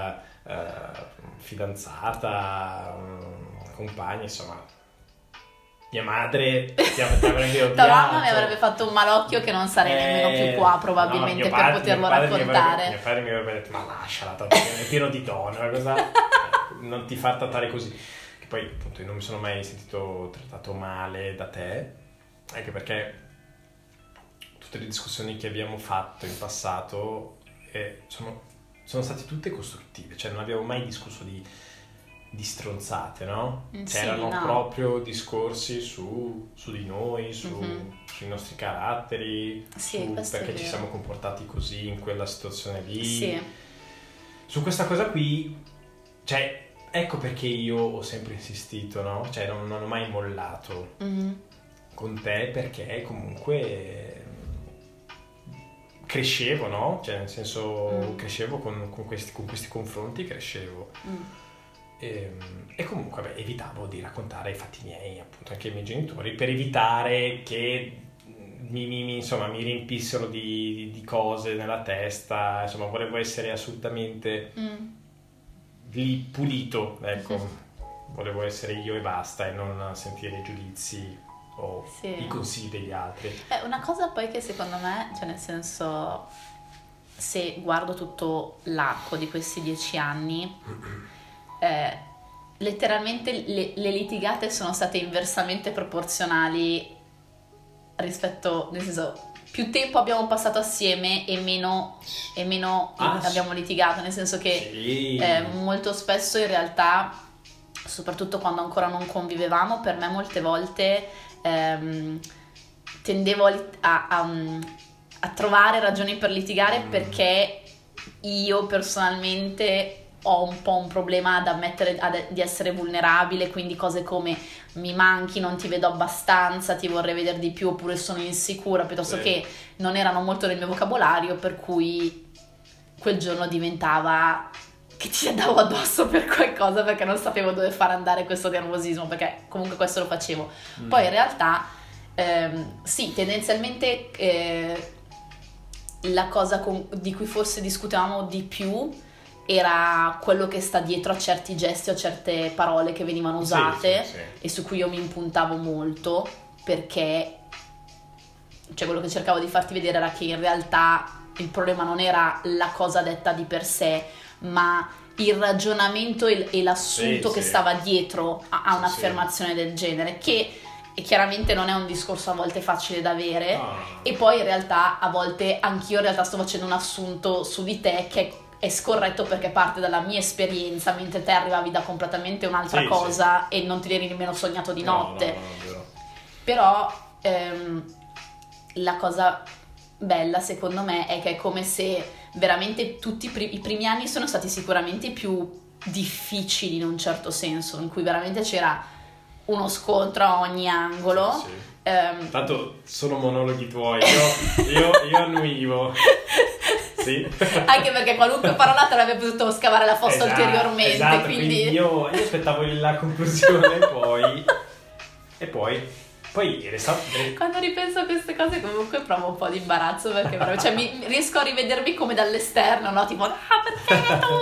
[SPEAKER 2] fidanzata, compagna, insomma, mia madre ti avrebbe odiato.
[SPEAKER 1] Tua mamma mi avrebbe fatto un malocchio che non sarei nemmeno più qua probabilmente, no, per poterlo raccontare.
[SPEAKER 2] Mio padre mi avrebbe detto, ma lasciala, è pieno di tono, cosa? Non ti far trattare così. Che poi appunto io non mi sono mai sentito trattato male da te, anche perché tutte le discussioni che abbiamo fatto in passato sono state tutte costruttive, cioè non abbiamo mai discusso di di stronzate, no?
[SPEAKER 1] Sì,
[SPEAKER 2] C'erano
[SPEAKER 1] no.
[SPEAKER 2] proprio discorsi su di noi, sui nostri caratteri,
[SPEAKER 1] sì,
[SPEAKER 2] perché ci siamo comportati così in quella situazione lì.
[SPEAKER 1] Sì.
[SPEAKER 2] Su questa cosa qui, cioè, ecco perché io ho sempre insistito, no? Cioè, non ho mai mollato con te, perché comunque crescevo, no? Cioè, nel senso, crescevo con questi confronti, crescevo. E comunque, beh, evitavo di raccontare i fatti miei, appunto, anche ai miei genitori, per evitare che insomma, mi riempissero di cose nella testa. Insomma, volevo essere assolutamente lì pulito, ecco. Volevo essere io e basta, e non sentire i giudizi o i consigli degli altri.
[SPEAKER 1] È una cosa poi che secondo me, cioè nel senso, se guardo tutto l'arco di questi 10 anni, letteralmente le litigate sono state inversamente proporzionali rispetto, nel senso, più tempo abbiamo passato assieme e meno abbiamo litigato, nel senso che molto spesso in realtà, soprattutto quando ancora non convivevamo, per me molte volte tendevo a trovare ragioni per litigare, perché io personalmente ho un po' un problema ad ammettere di essere vulnerabile, quindi cose come mi manchi, non ti vedo abbastanza, ti vorrei vedere di più, oppure sono insicura, piuttosto che non erano molto nel mio vocabolario, per cui quel giorno diventava che ti andavo addosso per qualcosa, perché non sapevo dove fare andare questo nervosismo, perché comunque questo lo facevo. Poi in realtà sì, tendenzialmente la cosa di cui forse discutevamo di più era quello che sta dietro a certi gesti o a certe parole che venivano usate, e su cui io mi impuntavo molto, perché cioè quello che cercavo di farti vedere era che in realtà il problema non era la cosa detta di per sé, ma il ragionamento e l'assunto che stava dietro a un'affermazione del genere, che chiaramente non è un discorso a volte facile da avere, e poi in realtà a volte anch'io in realtà sto facendo un assunto su di te che è scorretto, perché parte dalla mia esperienza, mentre te arrivavi da completamente un'altra cosa e non ti eri nemmeno sognato di notte. No. Però la cosa bella secondo me è che è come se veramente tutti i primi anni sono stati sicuramente più difficili in un certo senso, in cui veramente c'era uno scontro a ogni angolo.
[SPEAKER 2] Tanto sono monologhi tuoi, io annuivo. Sì.
[SPEAKER 1] Anche perché qualunque parola te l'avrebbe potuto scavare la fossa ulteriormente,
[SPEAKER 2] quindi io aspettavo la conclusione e poi
[SPEAKER 1] quando ripenso a queste cose comunque provo un po' di imbarazzo, perché cioè, riesco a rivedermi come dall'esterno, no? Tipo, perché tu?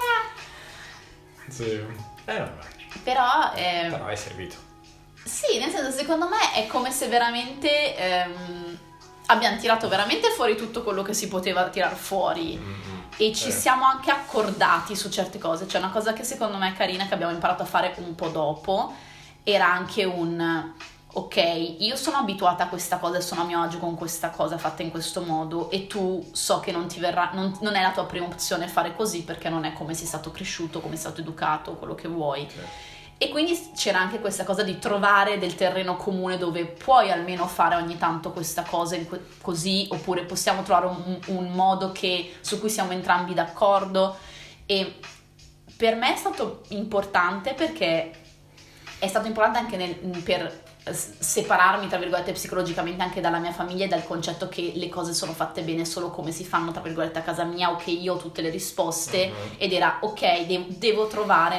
[SPEAKER 2] Sì.
[SPEAKER 1] Però
[SPEAKER 2] è servito.
[SPEAKER 1] Sì, nel senso, secondo me è come se veramente abbiamo tirato veramente fuori tutto quello che si poteva tirar fuori, e ci siamo anche accordati su certe cose. Cioè, una cosa che secondo me è carina, che abbiamo imparato a fare un po' dopo, era anche ok, io sono abituata a questa cosa e sono a mio agio con questa cosa fatta in questo modo, e tu so che non ti verrà, non è la tua prima opzione fare così, perché non è come sei stato cresciuto, come sei stato educato, quello che vuoi. E quindi c'era anche questa cosa di trovare del terreno comune dove puoi almeno fare ogni tanto questa cosa così, oppure possiamo trovare un modo su cui siamo entrambi d'accordo. E per me è stato importante, perché è stato importante anche per separarmi, tra virgolette, psicologicamente anche dalla mia famiglia, e dal concetto che le cose sono fatte bene solo come si fanno, tra virgolette, a casa mia, o che io ho tutte le risposte. Ed era ok, devo trovare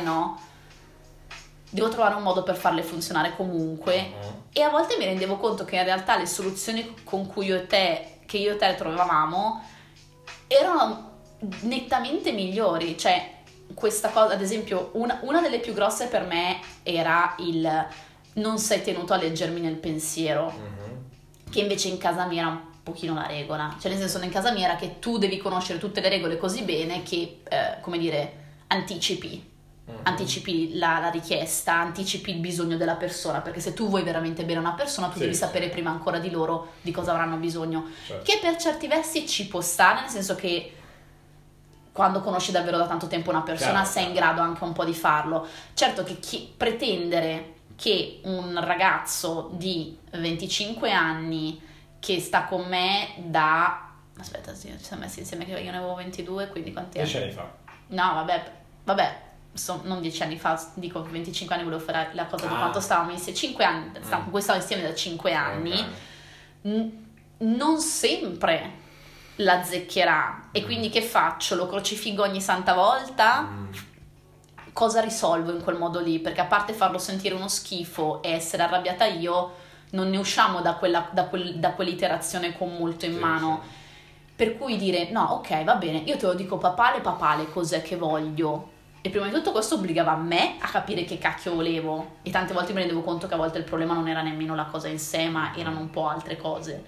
[SPEAKER 1] un modo per farle funzionare comunque. E a volte mi rendevo conto che in realtà le soluzioni con cui io e te trovavamo erano nettamente migliori. Cioè, questa cosa, ad esempio, una delle più grosse per me era il non sei tenuto a leggermi nel pensiero, che invece in casa mia era un pochino la regola. Cioè, nel senso, in casa mia era che tu devi conoscere tutte le regole così bene che, come dire, anticipi la richiesta, anticipi il bisogno della persona, perché se tu vuoi veramente bene a una persona, tu devi sapere prima ancora di loro di cosa avranno bisogno. Certo. Che per certi versi ci può stare, nel senso che quando conosci davvero da tanto tempo una persona sei in grado anche un po' di farlo. Certo che pretendere che un ragazzo di 25 anni che sta con me da... Aspetta, ci siamo messi insieme che io ne avevo 22, quindi quanti anni?
[SPEAKER 2] 10 anni fa.
[SPEAKER 1] No, vabbè, non 10 anni fa, dico 25 anni, volevo fare la cosa di quanto stavamo insieme, 5 anni, con cui stavo insieme da 5 anni, non sempre la zeccherà, e quindi che faccio? Lo crocifiggo ogni santa volta? Cosa risolvo in quel modo lì? Perché a parte farlo sentire uno schifo e essere arrabbiata io, non ne usciamo da quell'iterazione con molto in mano. Sì. Per cui dire, no, ok, va bene, io te lo dico papale, cos'è che voglio? E prima di tutto questo obbligava me a capire che cacchio volevo, e tante volte mi rendevo conto che a volte il problema non era nemmeno la cosa in sé, ma erano un po' altre cose.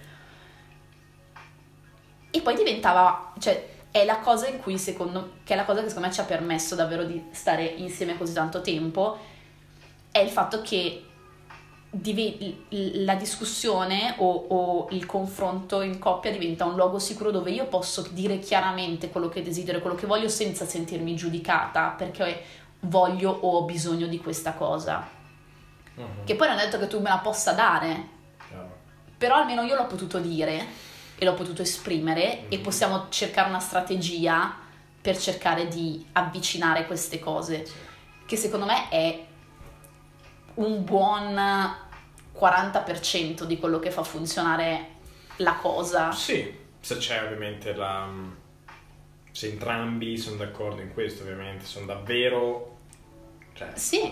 [SPEAKER 1] E poi diventava, cioè, è la cosa in cui che è la cosa che secondo me ci ha permesso davvero di stare insieme così tanto tempo, è il fatto che la discussione o il confronto in coppia diventa un luogo sicuro dove io posso dire chiaramente quello che desidero, quello che voglio, senza sentirmi giudicata perché voglio o ho bisogno di questa cosa. Che poi non è detto che tu me la possa dare, però almeno io l'ho potuto dire e l'ho potuto esprimere, e possiamo cercare una strategia per cercare di avvicinare queste cose, che secondo me è un buon 40% di quello che fa funzionare la cosa.
[SPEAKER 2] Sì, se c'è ovviamente se entrambi sono d'accordo in questo, ovviamente sono davvero, cioè,
[SPEAKER 1] sì.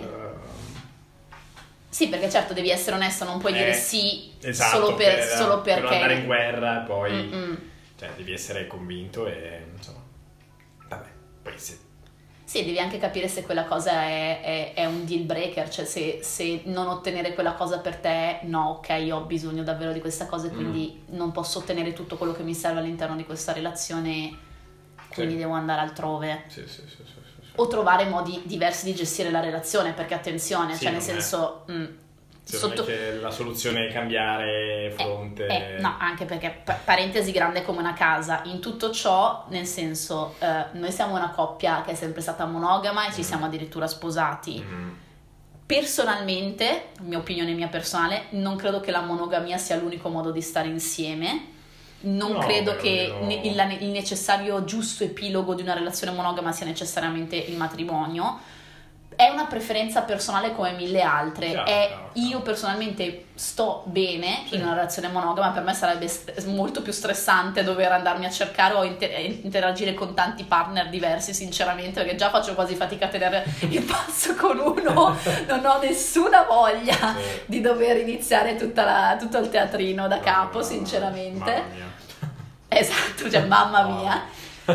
[SPEAKER 1] Sì, perché certo devi essere onesto, non puoi dire sì,
[SPEAKER 2] esatto,
[SPEAKER 1] solo perché
[SPEAKER 2] per andare in guerra, poi cioè, devi essere convinto e insomma, vabbè, poi
[SPEAKER 1] sì, devi anche capire se quella cosa è un deal breaker, cioè se non ottenere quella cosa per te, no, ok, io ho bisogno davvero di questa cosa, quindi non posso ottenere tutto quello che mi serve all'interno di questa relazione, quindi devo andare altrove.
[SPEAKER 2] Sì.
[SPEAKER 1] O trovare modi diversi di gestire la relazione, perché attenzione, cioè nel senso...
[SPEAKER 2] non è che la soluzione è cambiare fronte...
[SPEAKER 1] no, anche perché, parentesi grande come una casa, in tutto ciò, nel senso, noi siamo una coppia che è sempre stata monogama e ci siamo addirittura sposati. Personalmente, mia opinione mia personale, non credo che la monogamia sia l'unico modo di stare insieme. Non credo che il necessario giusto epilogo di una relazione monogama sia necessariamente il matrimonio. È una preferenza personale come mille altre. Io personalmente sto bene in una relazione monogama, per me sarebbe molto più stressante dover andarmi a cercare o interagire con tanti partner diversi, sinceramente, perché già faccio quasi fatica a tenere il passo con uno, non ho nessuna voglia di dover iniziare tutto il teatrino da capo, sinceramente.
[SPEAKER 2] Mamma mia.
[SPEAKER 1] Esatto, cioè mamma mia.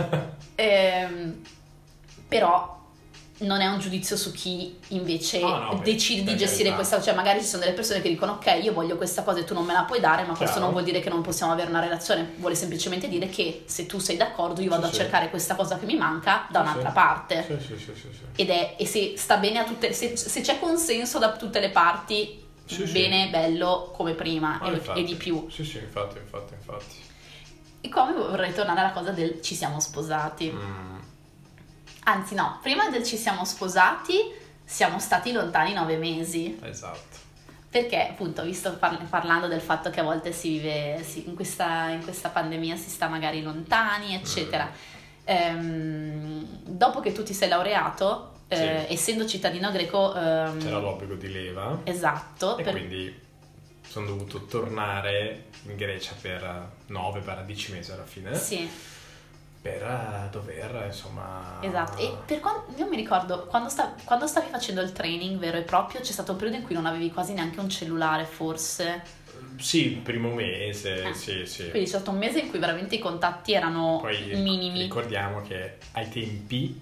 [SPEAKER 1] Però non è un giudizio su chi invece decide di gestire questa, cioè magari ci sono delle persone che dicono ok, io voglio questa cosa e tu non me la puoi dare, ma questo non vuol dire che non possiamo avere una relazione, vuole semplicemente dire che se tu sei d'accordo io vado a cercare questa cosa che mi manca da un'altra parte. E se sta bene a tutte, se c'è consenso da tutte le parti, bene, bello come prima e di più.
[SPEAKER 2] Sì, infatti.
[SPEAKER 1] E come vorrei tornare alla cosa del ci siamo sposati. Anzi no, prima del ci siamo sposati siamo stati lontani 9 mesi.
[SPEAKER 2] Esatto.
[SPEAKER 1] Perché appunto, visto parlando del fatto che a volte si vive in questa pandemia si sta magari lontani, eccetera. Dopo che tu ti sei laureato, essendo cittadino greco...
[SPEAKER 2] c'era l'obbligo di leva.
[SPEAKER 1] Esatto.
[SPEAKER 2] E quindi sono dovuto tornare in Grecia per 9-10 mesi alla fine.
[SPEAKER 1] Sì.
[SPEAKER 2] Per dover, insomma...
[SPEAKER 1] Esatto, e io mi ricordo, quando stavi facendo il training vero e proprio, c'è stato un periodo in cui non avevi quasi neanche un cellulare, forse?
[SPEAKER 2] Sì, il primo mese, sì.
[SPEAKER 1] Quindi c'è stato un mese in cui veramente i contatti erano minimi.
[SPEAKER 2] Ricordiamo che ai tempi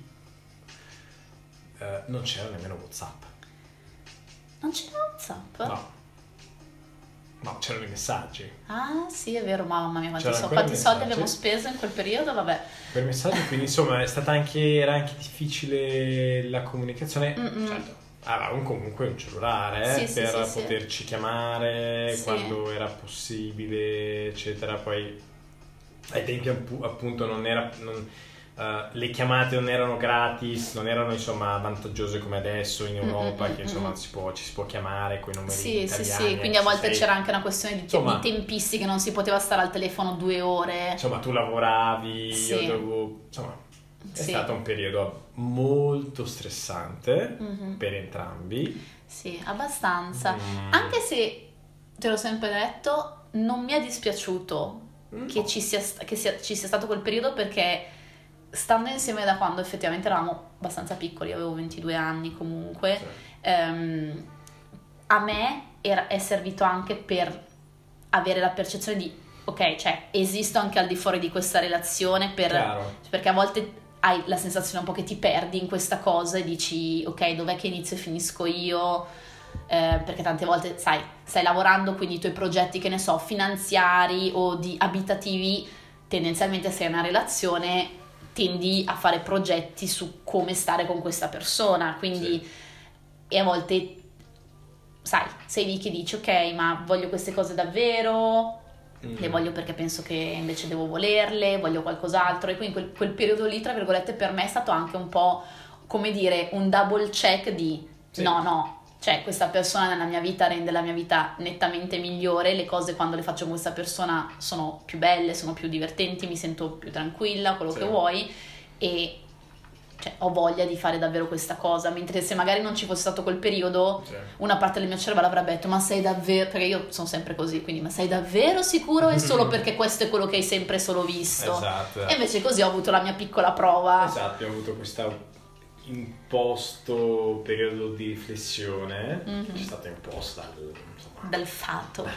[SPEAKER 2] non c'era nemmeno WhatsApp.
[SPEAKER 1] Non c'era WhatsApp?
[SPEAKER 2] No, c'erano i messaggi.
[SPEAKER 1] Ah, sì, è vero, mamma mia, quanti soldi abbiamo speso in quel periodo, vabbè.
[SPEAKER 2] Per messaggi, quindi insomma era anche difficile la comunicazione. Certo, avevamo comunque un cellulare per poterci chiamare quando era possibile, eccetera. Poi ai tempi appunto le chiamate non erano gratis, non erano insomma vantaggiose come adesso in Europa, che insomma ci si può chiamare con i numeri italiani.
[SPEAKER 1] Sì, quindi a volte c'era anche una questione di tempistiche, non si poteva stare al telefono 2 ore.
[SPEAKER 2] Insomma, tu lavoravi, io dovevo... Insomma, è stato un periodo molto stressante per entrambi.
[SPEAKER 1] Sì, abbastanza. Anche se, te l'ho sempre detto, non mi è dispiaciuto che ci sia stato quel periodo, perché stando insieme da quando effettivamente eravamo abbastanza piccoli, avevo 22 anni comunque, a me è servito anche per avere la percezione di ok, cioè esisto anche al di fuori di questa relazione, perché a volte hai la sensazione un po' che ti perdi in questa cosa e dici ok, dov'è che inizio e finisco io, perché tante volte sai, stai lavorando, quindi i tuoi progetti, che ne so, finanziari o di abitativi, tendenzialmente se hai una relazione tendi a fare progetti su come stare con questa persona, quindi e a volte sai, sei lì che dici ok, ma voglio queste cose davvero? Le voglio perché penso che invece devo volerle, voglio qualcos'altro, e quindi quel periodo lì, tra virgolette, per me è stato anche un po' come dire un double check di no, cioè questa persona nella mia vita rende la mia vita nettamente migliore, le cose quando le faccio con questa persona sono più belle, sono più divertenti, mi sento più tranquilla, quello che vuoi, e cioè, ho voglia di fare davvero questa cosa, mentre se magari non ci fosse stato quel periodo, una parte del mio cervello avrebbe detto ma sei davvero, perché io sono sempre così, quindi ma sei davvero sicuro? È solo perché questo è quello che hai sempre solo visto?
[SPEAKER 2] Esatto.
[SPEAKER 1] E invece così ho avuto la mia piccola prova.
[SPEAKER 2] Esatto, ho avuto questo imposto periodo di riflessione, che è stato imposto
[SPEAKER 1] dal fato.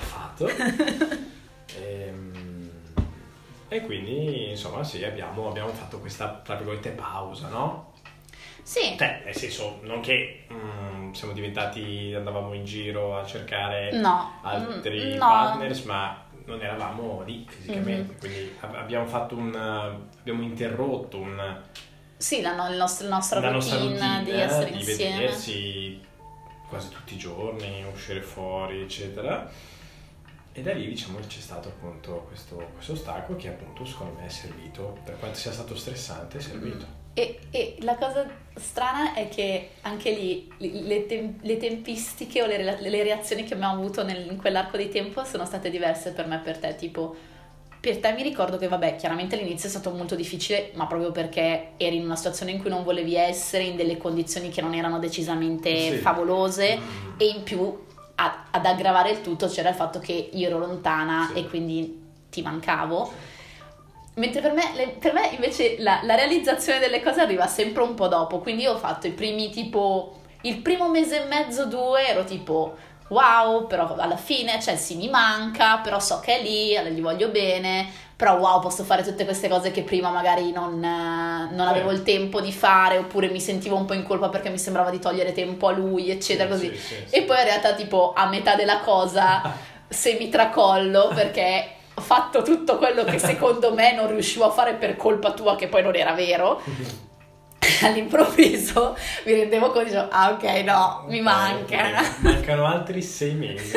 [SPEAKER 2] E quindi insomma sì, abbiamo fatto questa, tra virgolette, pausa, no?
[SPEAKER 1] Sì.
[SPEAKER 2] Nel senso, non che andavamo in giro a cercare altri partners, ma non eravamo lì fisicamente, quindi abbiamo interrotto
[SPEAKER 1] la nostra routine di essere
[SPEAKER 2] di
[SPEAKER 1] insieme,
[SPEAKER 2] vedersi quasi tutti i giorni, uscire fuori, eccetera. E da lì diciamo c'è stato appunto questo ostacolo che appunto secondo me è servito, per quanto sia stato stressante, è servito.
[SPEAKER 1] E la cosa strana è che anche lì le tempistiche o le reazioni che abbiamo avuto in quell'arco di tempo sono state diverse per me e per te. Tipo, per te mi ricordo che vabbè, chiaramente all'inizio è stato molto difficile, ma proprio perché eri in una situazione in cui non volevi essere, in delle condizioni che non erano decisamente favolose, e in più ad aggravare il tutto c'era il fatto che io ero lontana e quindi ti mancavo. Mentre per me invece la realizzazione delle cose arriva sempre un po' dopo, quindi io ho fatto il primo mese e mezzo, 2, ero tipo wow, però alla fine cioè sì, mi manca, però so che è lì, gli voglio bene, però wow, posso fare tutte queste cose che prima magari non avevo il tempo di fare, oppure mi sentivo un po' in colpa perché mi sembrava di togliere tempo a lui, eccetera, così. E poi in realtà tipo a metà della cosa semi-tracollo, perché ho fatto tutto quello che secondo me non riuscivo a fare per colpa tua, che poi non era vero. All'improvviso mi rendevo conto, dicevo, ok, no, mi manca.
[SPEAKER 2] Mancano altri 6 mesi.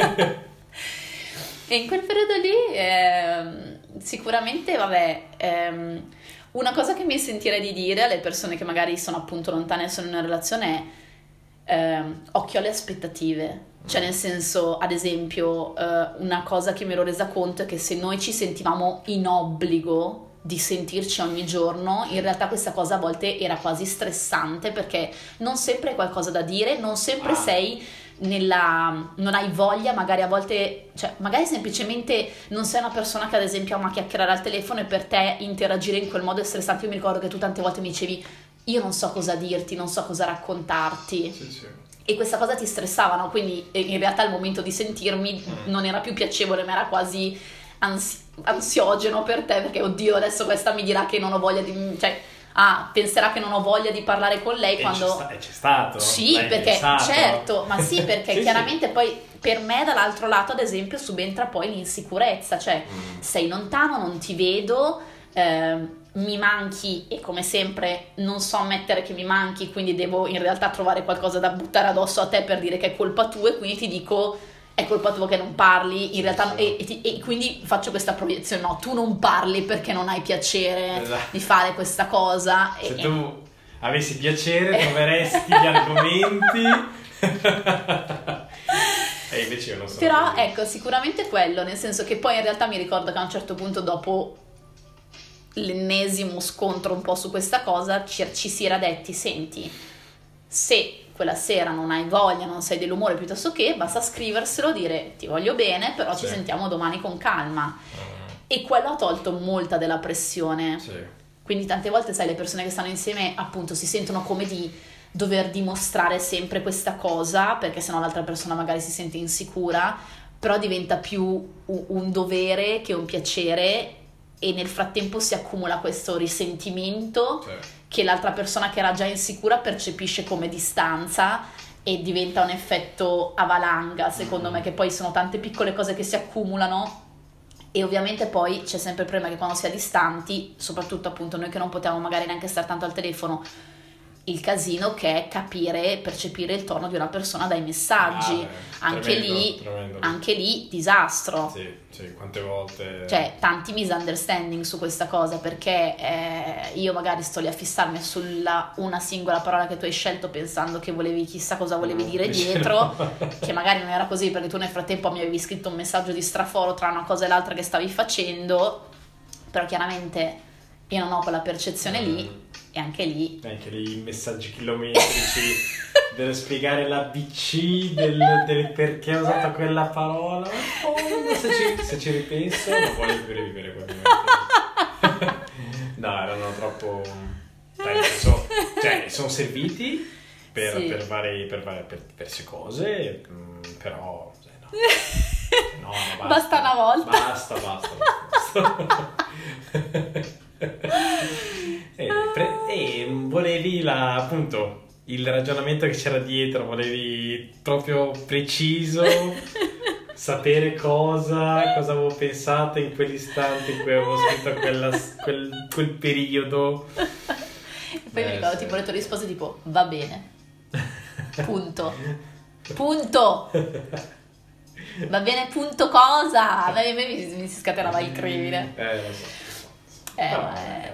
[SPEAKER 1] E in quel periodo lì sicuramente, una cosa che mi sentirei di dire alle persone che magari sono appunto lontane e sono in una relazione è occhio alle aspettative. Cioè nel senso, ad esempio, una cosa che mi ero resa conto è che se noi ci sentivamo in obbligo di sentirci ogni giorno, in realtà questa cosa a volte era quasi stressante, perché non sempre hai qualcosa da dire, non sempre non hai voglia, magari a volte, cioè magari semplicemente non sei una persona che ad esempio ama chiacchierare al telefono, e per te interagire in quel modo è stressante. Io mi ricordo che tu tante volte mi dicevi io non so cosa dirti, non so cosa raccontarti.
[SPEAKER 2] Sì.
[SPEAKER 1] E questa cosa ti stressava, no? Quindi in realtà il momento di sentirmi non era più piacevole, ma era quasi ansiogeno per te, perché oddio, adesso questa mi dirà che non ho voglia di, cioè penserà che non ho voglia di parlare con lei, quando
[SPEAKER 2] c'è stato.
[SPEAKER 1] Sì, perché certo, ma sì, perché chiaramente poi per me dall'altro lato, ad esempio, subentra poi l'insicurezza, cioè sei lontano, non ti vedo, mi manchi, e come sempre non so ammettere che mi manchi, quindi devo in realtà trovare qualcosa da buttare addosso a te per dire che è colpa tua, e quindi ti dico è colpa tua che non parli, in realtà, e quindi faccio questa proiezione, no, tu non parli perché non hai piacere di fare questa cosa.
[SPEAKER 2] Se tu avessi piacere troveresti gli argomenti. E invece io non so.
[SPEAKER 1] Però ecco, sicuramente quello, nel senso che poi in realtà mi ricordo che a un certo punto, dopo l'ennesimo scontro un po' su questa cosa, ci si era detti: senti, se quella sera non hai voglia, non sei dell'umore, piuttosto che basta scriverselo, dire ti voglio bene, però ci sentiamo domani con calma. E quello ha tolto molta della pressione. Quindi tante volte, sai, le persone che stanno insieme appunto si sentono come di dover dimostrare sempre questa cosa, perché sennò l'altra persona magari si sente insicura, però diventa più un dovere che un piacere, e nel frattempo si accumula questo risentimento che l'altra persona che era già insicura percepisce come distanza, e diventa un effetto a valanga, secondo me, che poi sono tante piccole cose che si accumulano. E ovviamente poi c'è sempre il problema che quando si è distanti, soprattutto appunto noi che non potevamo magari neanche stare tanto al telefono, il casino che è capire, percepire il tono di una persona dai messaggi. Anche lì disastro.
[SPEAKER 2] Sì, quante volte.
[SPEAKER 1] Cioè, tanti misunderstanding su questa cosa, perché io magari sto lì a fissarmi sulla una singola parola che tu hai scelto, pensando che volevi chissà cosa volevi dire dietro, che magari non era così, perché tu nel frattempo mi avevi scritto un messaggio di straforo tra una cosa e l'altra che stavi facendo, però chiaramente io non ho quella percezione lì. E anche lì
[SPEAKER 2] i messaggi chilometrici dello spiegare l'ABC del perché ho usato quella parola. Se ci ripenso non voglio più rivivere quel momento. No, erano troppo, sono serviti per diverse cose, però no,
[SPEAKER 1] basta una volta.
[SPEAKER 2] Basta. E volevi appunto il ragionamento che c'era dietro, volevi proprio preciso sapere cosa avevo pensato in quell'istante in cui avevo scritto quel periodo.
[SPEAKER 1] E poi mi ricordo tipo le tue risposte tipo va bene, punto va bene, punto cosa? A me mi si scatenava il crimine.
[SPEAKER 2] Lo so.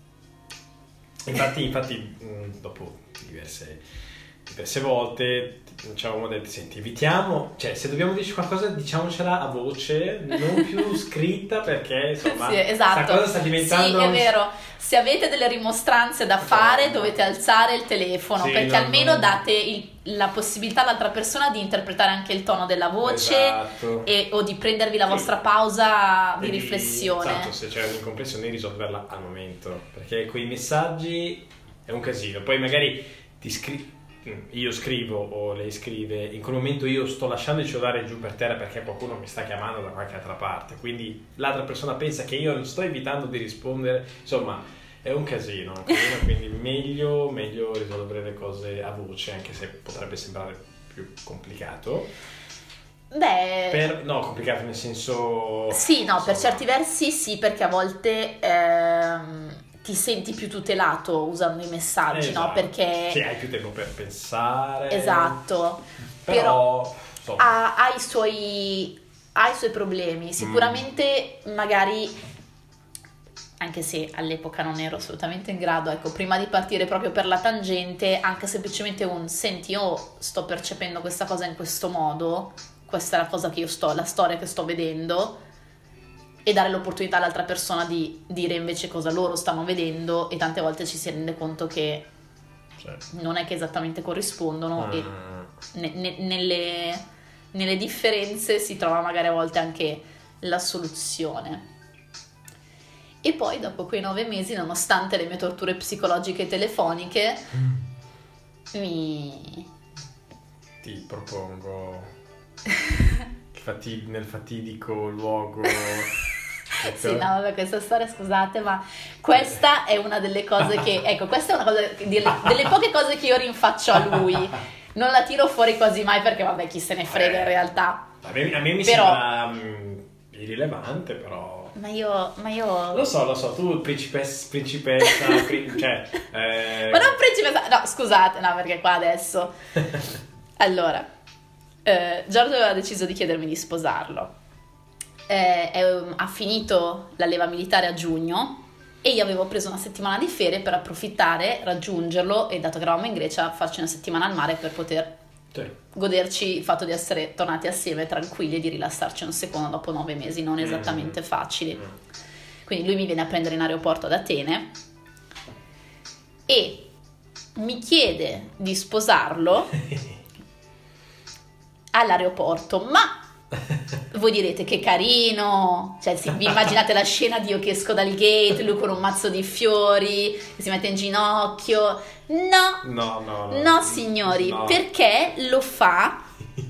[SPEAKER 2] Infatti dopo diverse volte ci avevamo detto: senti, evitiamo, cioè se dobbiamo dirci qualcosa diciamocela a voce, non più scritta, perché insomma
[SPEAKER 1] sì, esatto.
[SPEAKER 2] Questa cosa sta diventando.
[SPEAKER 1] Sì, è vero, se avete delle rimostranze da fare dovete alzare il telefono, perché almeno date la possibilità all'altra persona di interpretare anche il tono della voce, esatto. O di prendervi la vostra pausa di riflessione.
[SPEAKER 2] Esatto, se c'è un'incomprensione risolverla al momento, perché quei messaggi è un casino, poi magari io scrivo o lei scrive, in quel momento io sto lasciando il cellulare giù per terra perché qualcuno mi sta chiamando da qualche altra parte, quindi l'altra persona pensa che io sto evitando di rispondere, insomma è un casino, quindi meglio risolvere le cose a voce, anche se potrebbe sembrare più complicato. Complicato nel senso.
[SPEAKER 1] Sì, no, per certi versi sì, perché a volte ti senti più tutelato usando i messaggi, esatto. No? Perché
[SPEAKER 2] sì, hai più tempo per pensare.
[SPEAKER 1] Esatto. Però ha i suoi problemi. Sicuramente magari, anche se all'epoca non ero assolutamente in grado, ecco, prima di partire proprio per la tangente, anche semplicemente senti, io sto percependo questa cosa in questo modo, questa è la cosa che la storia che sto vedendo, e dare l'opportunità all'altra persona di dire invece cosa loro stanno vedendo, e tante volte ci si rende conto che non è che esattamente corrispondono, e nelle differenze si trova magari a volte anche la soluzione. E poi dopo quei 9 mesi, nonostante le mie torture psicologiche e telefoniche, ti
[SPEAKER 2] propongo nel fatidico luogo.
[SPEAKER 1] Sì, no, vabbè, questa storia, scusate, ma questa è una delle cose che, ecco, questa è una cosa delle poche cose che io rinfaccio a lui. Non la tiro fuori quasi mai, perché vabbè, chi se ne frega in realtà.
[SPEAKER 2] A me mi sembra irrilevante, però.
[SPEAKER 1] Ma io
[SPEAKER 2] Lo so, tu principessa, cioè.
[SPEAKER 1] Ma non principessa, no, scusate, no, perché qua adesso. Allora, Giorgio aveva deciso di chiedermi di sposarlo. Ha finito la leva militare a giugno e io avevo preso una settimana di ferie per approfittare, raggiungerlo e, dato che eravamo in Grecia, farci una settimana al mare per poter goderci il fatto di essere tornati assieme tranquilli e di rilassarci un secondo dopo 9 mesi non esattamente facili. Quindi lui mi viene a prendere in aeroporto ad Atene e mi chiede di sposarlo all'aeroporto, ma voi direte che carino, cioè vi immaginate la scena di io che esco dal gate, lui con un mazzo di fiori che si mette in ginocchio. No signori, no. Perché lo fa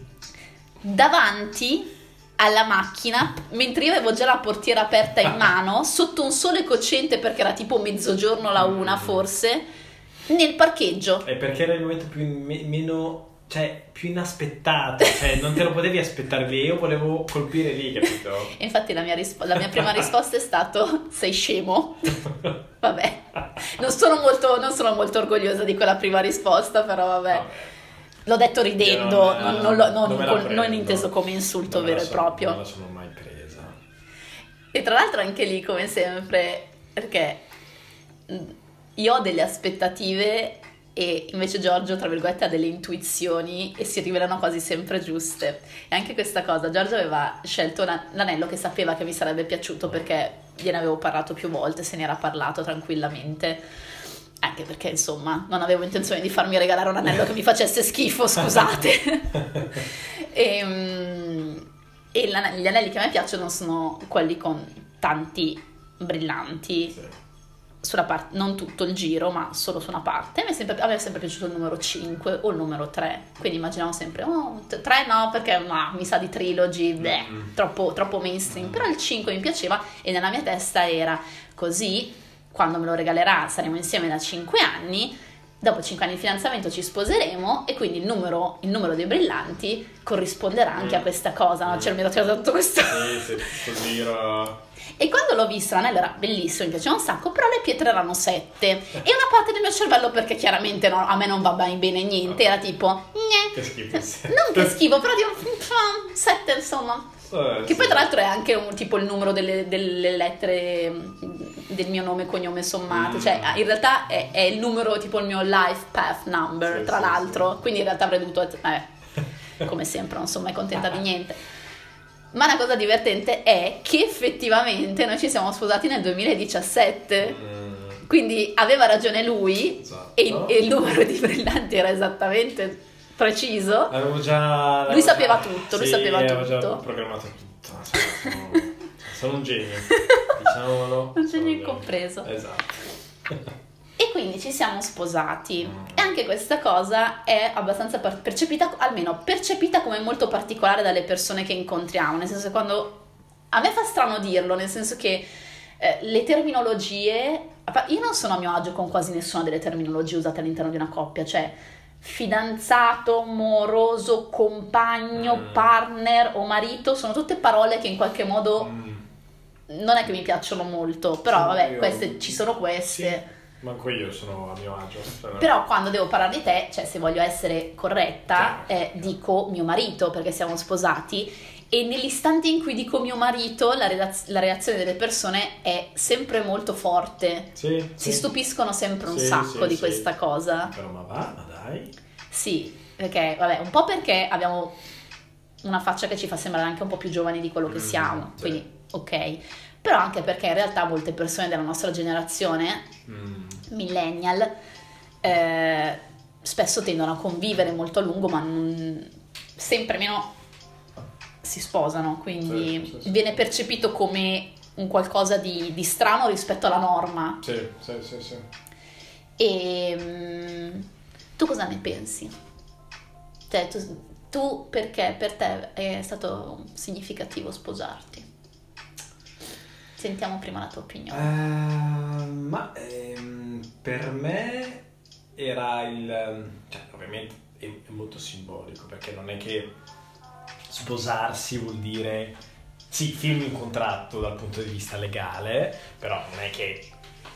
[SPEAKER 1] davanti alla macchina mentre io avevo già la portiera aperta in mano, sotto un sole cocente perché era tipo mezzogiorno, la 1 forse, nel parcheggio.
[SPEAKER 2] E perché era il momento meno, cioè, più inaspettato, cioè non te lo potevi aspettare lì, io volevo colpire lì, capito?
[SPEAKER 1] E infatti la mia prima risposta è stato: sei scemo? Vabbè, non sono molto orgogliosa di quella prima risposta, però vabbè. L'ho detto ridendo, non inteso come insulto vero e proprio.
[SPEAKER 2] Non la sono mai presa.
[SPEAKER 1] E tra l'altro anche lì, come sempre, perché io ho delle aspettative e invece Giorgio, tra virgolette, ha delle intuizioni e si rivelano quasi sempre giuste. E anche questa cosa, Giorgio aveva scelto l'anello che sapeva che mi sarebbe piaciuto perché gliene avevo parlato più volte, se ne era parlato tranquillamente. Anche perché, insomma, non avevo intenzione di farmi regalare un anello che mi facesse schifo, scusate. E gli anelli che a me piacciono sono quelli con tanti brillanti. Sì. Sulla parte, non tutto il giro, ma solo su una parte. A me è sempre piaciuto il numero 5 o il numero 3. Quindi immaginavo sempre, 3 no, perché mi sa di trilogy, troppo mainstream. Però il 5 mi piaceva e nella mia testa era così. Quando me lo regalerà saremo insieme da 5 anni, dopo 5 anni di fidanzamento ci sposeremo e quindi il numero dei brillanti corrisponderà anche a questa cosa, no? Cioè mi ero tirato tutto questo.
[SPEAKER 2] Sì, così era.
[SPEAKER 1] E quando l'ho visto l'anello era bellissimo, mi piaceva un sacco, però le pietre erano 7 e una parte del mio cervello, perché chiaramente a me non va bene niente, era tipo
[SPEAKER 2] che schifo.
[SPEAKER 1] Non che schifo, però tipo 7 insomma. Che poi tra l'altro è anche tipo il numero delle lettere del mio nome e cognome sommate, cioè in realtà è il numero, tipo il mio life path number, tra l'altro, quindi in realtà avrei dovuto come sempre non sono mai contenta di niente. Ma la cosa divertente è che effettivamente noi ci siamo sposati nel 2017, quindi aveva ragione lui, esatto. e il numero di brillanti era esattamente preciso. Lui sapeva tutto,
[SPEAKER 2] avevo già programmato tutto. Sono un genio, diciamolo.
[SPEAKER 1] Un genio incompreso.
[SPEAKER 2] Esatto.
[SPEAKER 1] E quindi ci siamo sposati. E anche questa cosa è abbastanza percepita come molto particolare dalle persone che incontriamo. Nel senso che quando... A me fa strano dirlo, nel senso che le terminologie... Io non sono a mio agio con quasi nessuna delle terminologie usate all'interno di una coppia, cioè... fidanzato, moroso, compagno, partner o marito sono tutte parole che in qualche modo non è che mi piacciono molto, però vabbè, queste ci sono queste.
[SPEAKER 2] Sì. Manco io sono a mio agio.
[SPEAKER 1] Però quando devo parlare di te, cioè se voglio essere corretta, dico mio marito perché siamo sposati, e nell'istante in cui dico mio marito la reazione delle persone è sempre molto forte. Si stupiscono sempre un sacco di questa cosa.
[SPEAKER 2] Però ma dai.
[SPEAKER 1] Sì, perché vabbè, un po' perché abbiamo una faccia che ci fa sembrare anche un po' più giovani di quello che siamo, quindi ok. Però anche perché in realtà molte persone della nostra generazione, millennial, spesso tendono a convivere molto a lungo, ma sempre meno si sposano, quindi viene percepito come un qualcosa di strano rispetto alla norma.
[SPEAKER 2] Sì.
[SPEAKER 1] E tu cosa ne pensi? Cioè, tu perché per te è stato significativo sposarti? Sentiamo prima la tua opinione.
[SPEAKER 2] Per me era cioè, ovviamente è molto simbolico, perché non è che sposarsi vuol dire sì, firmi un contratto dal punto di vista legale, però non è che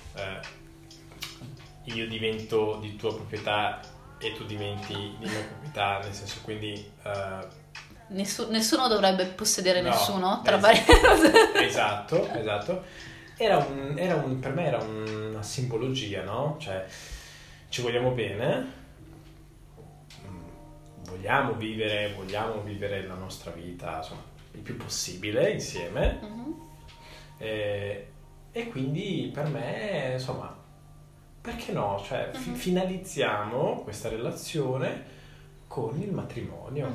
[SPEAKER 2] io divento di tua proprietà e tu diventi di mia proprietà, nel senso, quindi
[SPEAKER 1] nessuno dovrebbe possedere nessuno, tra
[SPEAKER 2] esatto. Per me era una simbologia, no? Cioè, ci vogliamo bene, vogliamo vivere la nostra vita, insomma, il più possibile insieme. E quindi per me, insomma, perché no? Cioè, finalizziamo questa relazione con il matrimonio,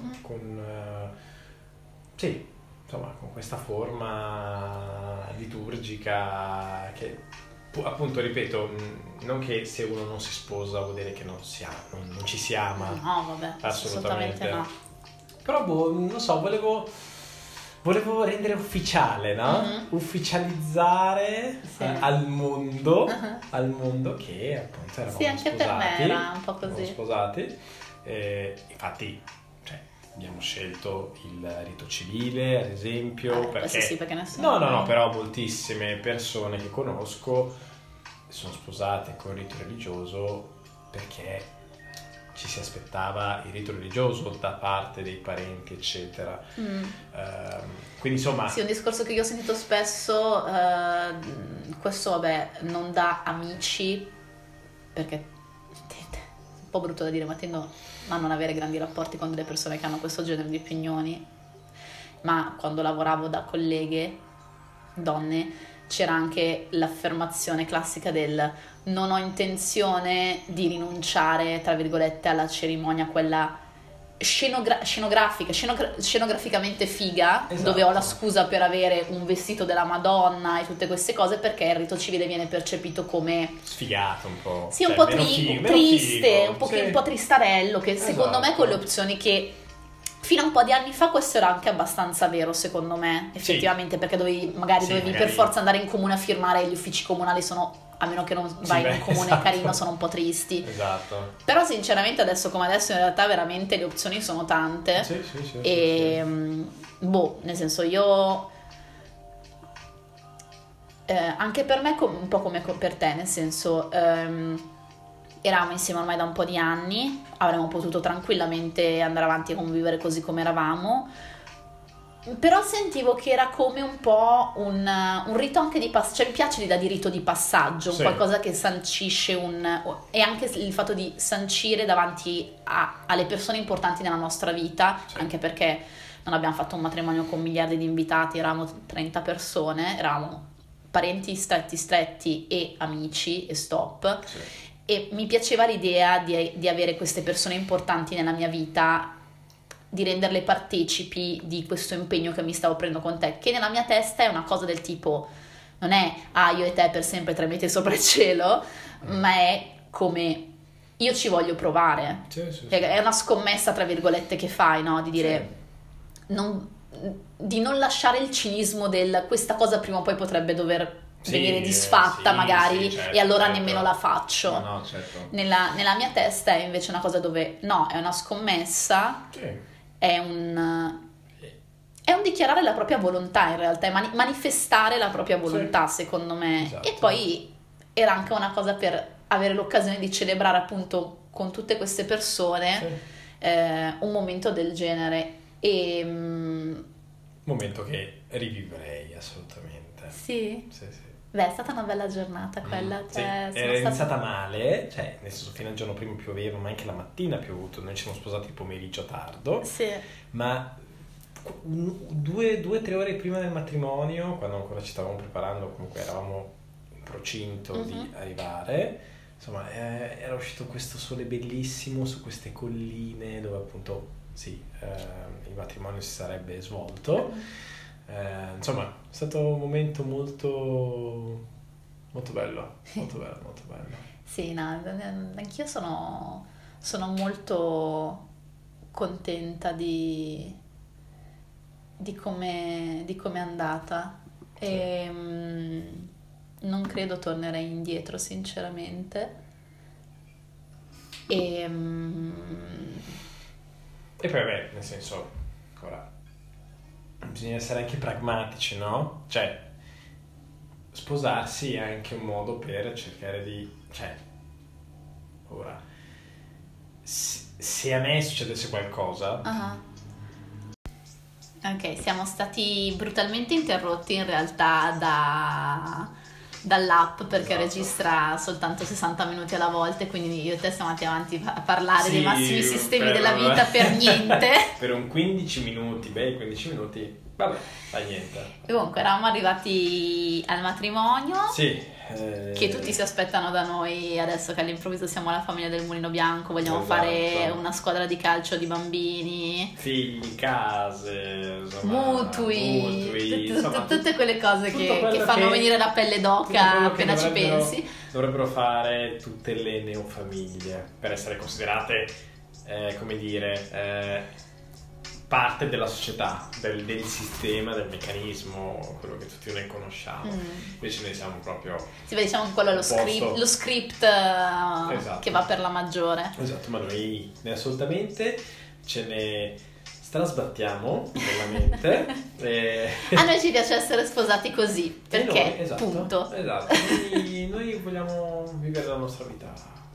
[SPEAKER 2] con questa forma liturgica che, appunto, ripeto, non che se uno non si sposa vuol dire che non ci si ama.
[SPEAKER 1] No, vabbè, assolutamente no.
[SPEAKER 2] Però, non so, volevo rendere ufficiale, no? Ufficializzare al mondo che appunto eravamo
[SPEAKER 1] sposati. Sì, anche per me era un po' così.
[SPEAKER 2] Eravamo sposati. Infatti, abbiamo scelto il rito civile, ad esempio,
[SPEAKER 1] perché nessuno...
[SPEAKER 2] No, però moltissime persone che conosco sono sposate con il rito religioso perché ci si aspettava il rito religioso da parte dei parenti, eccetera. Quindi, insomma...
[SPEAKER 1] Sì, un discorso che io ho sentito spesso, questo, vabbè, non da amici, perché è un po' brutto da dire, ma tendo a non avere grandi rapporti con delle persone che hanno questo genere di opinioni, ma quando lavoravo da colleghe donne c'era anche l'affermazione classica del non ho intenzione di rinunciare, tra virgolette, alla cerimonia, quella scenograficamente figa, esatto, dove ho la scusa per avere un vestito della Madonna e tutte queste cose, perché il rito civile viene percepito come
[SPEAKER 2] sfigato un po',
[SPEAKER 1] sì, un po' triste, un po' tristarello, che secondo me con le opzioni che fino a un po' di anni fa questo era anche abbastanza vero, secondo me, effettivamente, perché dovevi per forza andare in comune a firmare, gli uffici comunali sono, a meno che non vai in un comune carino, sono un po' tristi.
[SPEAKER 2] Esatto.
[SPEAKER 1] Però sinceramente adesso come adesso in realtà veramente le opzioni sono tante. E nel senso, io anche per me un po' come per te, nel senso eravamo insieme ormai da un po' di anni, avremmo potuto tranquillamente andare avanti e convivere così come eravamo, però sentivo che era come un po' un rito anche di passaggio, cioè mi piace l'idea di rito di passaggio, qualcosa che sancisce e anche il fatto di sancire davanti alle persone importanti nella nostra vita, anche perché non abbiamo fatto un matrimonio con miliardi di invitati, eravamo 30 persone, eravamo parenti stretti e amici e stop. E mi piaceva l'idea di avere queste persone importanti nella mia vita, di renderle partecipi di questo impegno che mi stavo prendendo con te, che nella mia testa è una cosa del tipo, non è io e te per sempre 3 metri sopra il cielo, ma è come io ci voglio provare. È una scommessa, tra virgolette, che fai, no? Di dire di non lasciare il cinismo del questa cosa prima o poi potrebbe dover venire disfatta certo, e allora nemmeno la faccio.
[SPEAKER 2] No, certo.
[SPEAKER 1] Nella mia testa è invece una cosa dove no, è una scommessa, è un dichiarare la propria volontà, in realtà è manifestare la propria volontà, secondo me. Esatto. E poi era anche una cosa per avere l'occasione di celebrare appunto con tutte queste persone un momento del genere, e
[SPEAKER 2] momento che rivivrei assolutamente.
[SPEAKER 1] Sì. Beh, è stata una bella giornata quella.
[SPEAKER 2] Era iniziata male, cioè nel senso fino al giorno prima pioveva, ma anche la mattina ha piovuto. Noi ci siamo sposati il pomeriggio tardo, ma 2-3 ore prima del matrimonio, quando ancora ci stavamo preparando, comunque eravamo in procinto di arrivare, insomma era uscito questo sole bellissimo su queste colline dove appunto il matrimonio si sarebbe svolto. Insomma, è stato un momento molto molto bello, molto bello, molto bello.
[SPEAKER 1] Sì, no, anch'io sono molto contenta di come è andata, e non credo tornerei indietro, sinceramente. E
[SPEAKER 2] poi vabbè, nel senso, ora bisogna essere anche pragmatici, no? Cioè, sposarsi è anche un modo per cercare di... Cioè, ora, se a me succedesse qualcosa,
[SPEAKER 1] Ok, siamo stati brutalmente interrotti in realtà dall'app perché registra soltanto 60 minuti alla volta, quindi io e te siamo andati avanti a parlare dei massimi sistemi della vita per niente.
[SPEAKER 2] Per un 15 minuti, 15 minuti, vabbè, fai niente.
[SPEAKER 1] E comunque eravamo arrivati al matrimonio.
[SPEAKER 2] Sì.
[SPEAKER 1] Che tutti si aspettano da noi adesso che all'improvviso siamo la famiglia del Mulino Bianco, vogliamo fare una squadra di calcio di bambini,
[SPEAKER 2] figli, case,
[SPEAKER 1] mutui, tutte quelle cose che fanno venire la pelle d'oca appena ci pensi.
[SPEAKER 2] Dovrebbero fare tutte le neofamiglie per essere considerate, come dire, parte della società, del sistema, del meccanismo, quello che tutti noi conosciamo. Invece noi siamo proprio...
[SPEAKER 1] Sì, beh, diciamo che quello è lo script esatto. Che va per la maggiore.
[SPEAKER 2] Esatto, ma noi assolutamente ce ne strasbattiamo nella mente.
[SPEAKER 1] A noi ci piace essere sposati così, perché
[SPEAKER 2] noi, esatto,
[SPEAKER 1] punto.
[SPEAKER 2] Esatto, noi vogliamo vivere la nostra vita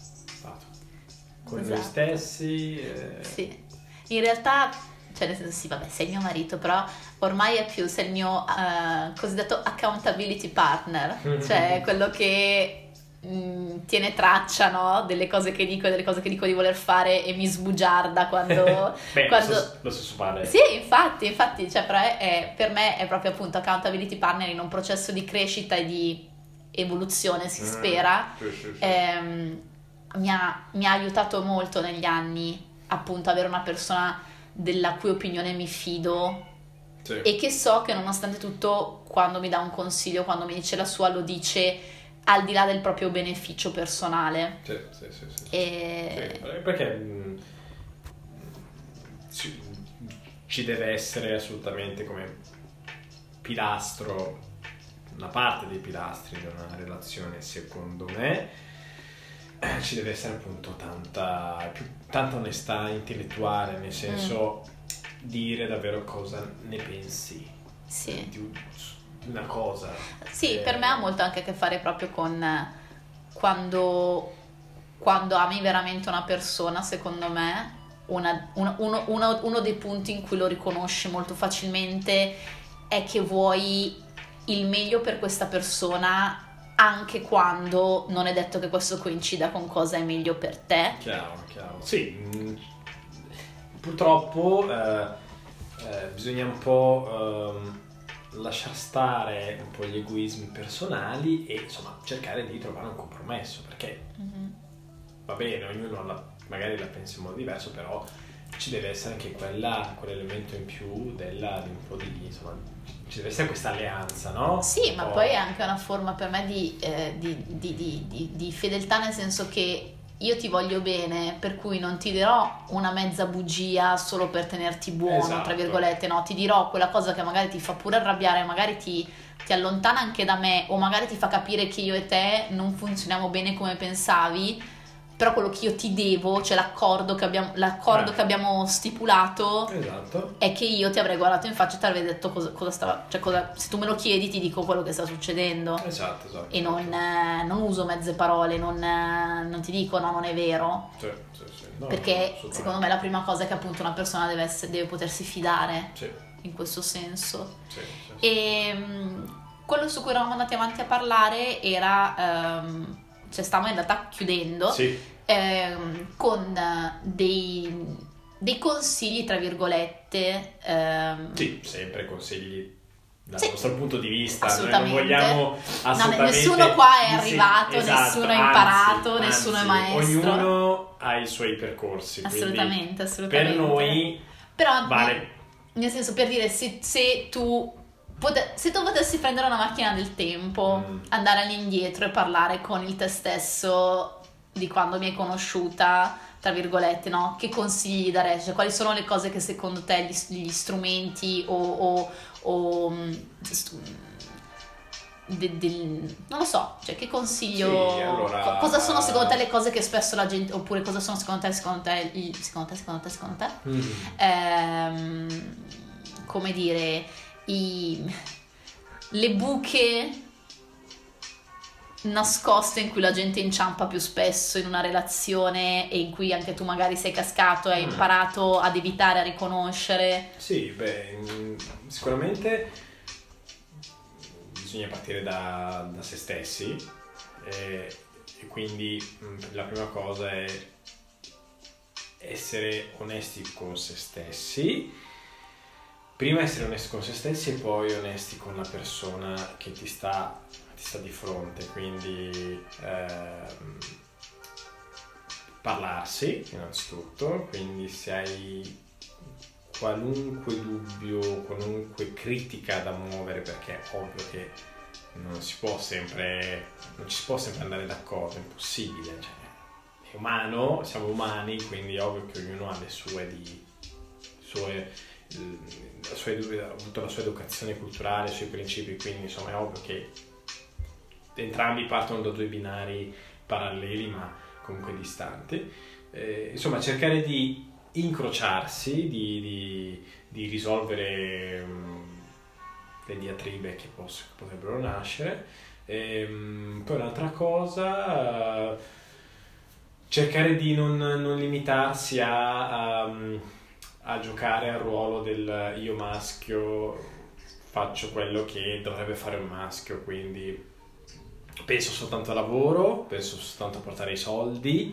[SPEAKER 2] con noi stessi.
[SPEAKER 1] Sì, in realtà... Cioè, nel senso, sì, vabbè, sei mio marito, però ormai è più, sei il mio cosiddetto accountability partner, cioè quello che tiene traccia, no? Delle cose che dico e delle cose che dico di voler fare e mi sbugiarda quando...
[SPEAKER 2] lo stesso vale.
[SPEAKER 1] Sì, infatti, cioè, però per me è proprio appunto accountability partner in un processo di crescita e di evoluzione, si spera.
[SPEAKER 2] Sì.
[SPEAKER 1] Mi ha aiutato molto negli anni, appunto, avere una persona della cui opinione mi fido, sì. E che so che nonostante tutto quando mi dà un consiglio, quando mi dice la sua, lo dice al di là del proprio beneficio personale.
[SPEAKER 2] Sì.
[SPEAKER 1] E...
[SPEAKER 2] Sì, perché ci deve essere assolutamente come pilastro, una parte dei pilastri di una relazione, secondo me, ci deve essere appunto tanta onestà intellettuale, nel senso dire davvero cosa ne pensi,
[SPEAKER 1] sì.
[SPEAKER 2] di una cosa.
[SPEAKER 1] Sì, per me ha molto anche a che fare proprio con quando ami veramente una persona, secondo me uno dei punti in cui lo riconosci molto facilmente è che vuoi il meglio per questa persona, anche quando non è detto che questo coincida con cosa è meglio per te.
[SPEAKER 2] Chiaro. Sì, purtroppo bisogna un po' lasciar stare un po' gli egoismi personali e insomma cercare di trovare un compromesso, perché va bene, ognuno magari la pensa in modo diverso, però ci deve essere anche quell'elemento in più di un po' di insomma, ci deve essere questa alleanza, no?
[SPEAKER 1] Sì, ma poi è anche una forma per me di fedeltà, nel senso che io ti voglio bene, per cui non ti dirò una mezza bugia solo per tenerti buono, esatto. Tra virgolette, no? Ti dirò quella cosa che magari ti fa pure arrabbiare, magari ti allontana anche da me, o magari ti fa capire che io e te non funzioniamo bene come pensavi, però quello che io ti devo, cioè l'accordo che abbiamo stipulato,
[SPEAKER 2] esatto.
[SPEAKER 1] È che io ti avrei guardato in faccia e ti avrei detto cosa stava, cioè se tu me lo chiedi ti dico quello che sta succedendo,
[SPEAKER 2] esatto.
[SPEAKER 1] E non uso mezze parole, non ti dico no, non è vero,
[SPEAKER 2] sì. No,
[SPEAKER 1] perché secondo me la prima cosa è che appunto una persona deve potersi fidare,
[SPEAKER 2] sì.
[SPEAKER 1] In questo senso,
[SPEAKER 2] sì.
[SPEAKER 1] E quello su cui eravamo andati avanti a parlare era cioè stavamo in realtà chiudendo,
[SPEAKER 2] sì.
[SPEAKER 1] Con dei consigli tra virgolette,
[SPEAKER 2] sì, sempre consigli dal
[SPEAKER 1] sì,
[SPEAKER 2] nostro punto di vista,
[SPEAKER 1] assolutamente.
[SPEAKER 2] Noi non vogliamo assolutamente,
[SPEAKER 1] nessuno qua è arrivato,
[SPEAKER 2] esatto,
[SPEAKER 1] nessuno è imparato, nessuno è maestro,
[SPEAKER 2] ognuno ha i suoi percorsi,
[SPEAKER 1] assolutamente
[SPEAKER 2] per noi
[SPEAKER 1] però
[SPEAKER 2] vale,
[SPEAKER 1] nel senso, per dire, se tu potessi prendere una macchina del tempo, andare all'indietro e parlare con il te stesso di quando mi hai conosciuta, tra virgolette, no? Che consigli daresti? Cioè, quali sono le cose che secondo te gli strumenti non lo so, cioè che consiglio,
[SPEAKER 2] sì, allora,
[SPEAKER 1] cosa sono secondo te le cose che spesso la gente, oppure cosa sono secondo te come dire, le buche nascoste in cui la gente inciampa più spesso in una relazione e in cui anche tu magari sei cascato e hai imparato ad evitare, a riconoscere?
[SPEAKER 2] Sì, sicuramente bisogna partire da se stessi e quindi la prima cosa è essere onesti con se stessi. Prima essere onesti con se stessi e poi onesti con la persona che ti sta di fronte, quindi parlarsi innanzitutto, quindi se hai qualunque dubbio, qualunque critica da muovere, perché è ovvio che non ci si può sempre andare d'accordo, è impossibile, cioè, è umano, siamo umani, quindi è ovvio che ognuno ha le sue ha avuto la sua educazione culturale, i suoi principi, quindi insomma è ovvio che entrambi partono da due binari paralleli ma comunque distanti. Insomma, cercare di incrociarsi, di risolvere le diatribe che potrebbero nascere. Poi un'altra cosa, cercare di non limitarsi a giocare al ruolo del io maschio faccio quello che dovrebbe fare un maschio, quindi penso soltanto al lavoro, penso soltanto a portare i soldi,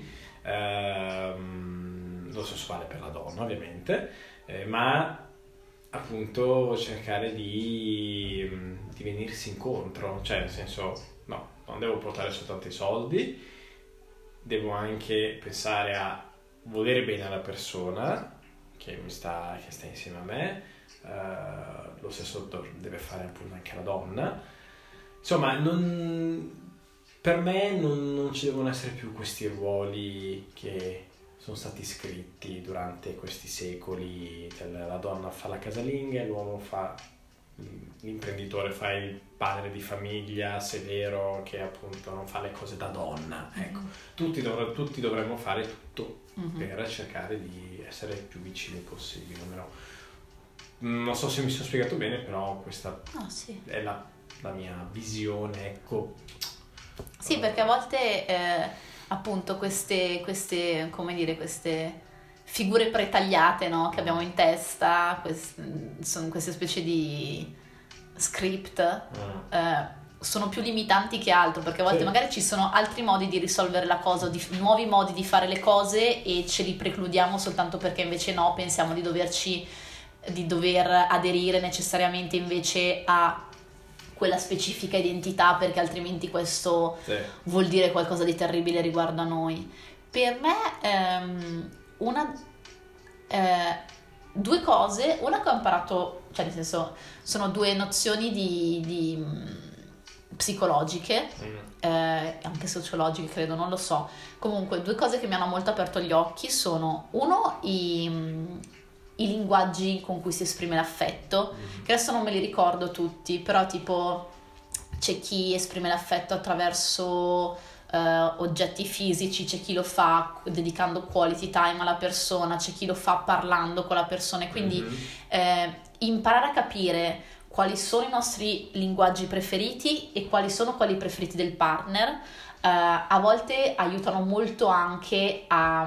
[SPEAKER 2] lo stesso vale per la donna ovviamente, ma appunto cercare di venirsi incontro, cioè nel senso no, non devo portare soltanto i soldi, devo anche pensare a volere bene alla persona che sta insieme a me, lo stesso deve fare appunto anche la donna. Insomma, per me non ci devono essere più questi ruoli che sono stati scritti durante questi secoli. La donna fa la casalinga, l'uomo fa l'imprenditore, fa il padre di famiglia severo che appunto non fa le cose da donna. Ecco, tutti dovremmo fare tutto per cercare di essere più vicini possibile. Non so se mi sono spiegato bene, però questa è la mia visione, ecco.
[SPEAKER 1] Sì, perché a volte appunto queste figure pretagliate, no, che abbiamo in testa, sono queste specie di script, sono più limitanti che altro, perché a volte magari ci sono altri modi di risolvere la cosa, nuovi modi di fare le cose e ce li precludiamo soltanto perché invece no, pensiamo di dover aderire necessariamente invece a quella specifica identità, perché altrimenti questo vuol dire qualcosa di terribile riguardo a noi. Per me due cose, una che ho imparato, cioè nel senso sono due nozioni di psicologiche, anche sociologiche credo, non lo so, comunque due cose che mi hanno molto aperto gli occhi sono uno i linguaggi con cui si esprime l'affetto, che adesso non me li ricordo tutti, però tipo c'è chi esprime l'affetto attraverso oggetti fisici, c'è chi lo fa dedicando quality time alla persona, c'è chi lo fa parlando con la persona, e quindi imparare a capire quali sono i nostri linguaggi preferiti e quali sono quelli preferiti del partner a volte aiutano molto anche a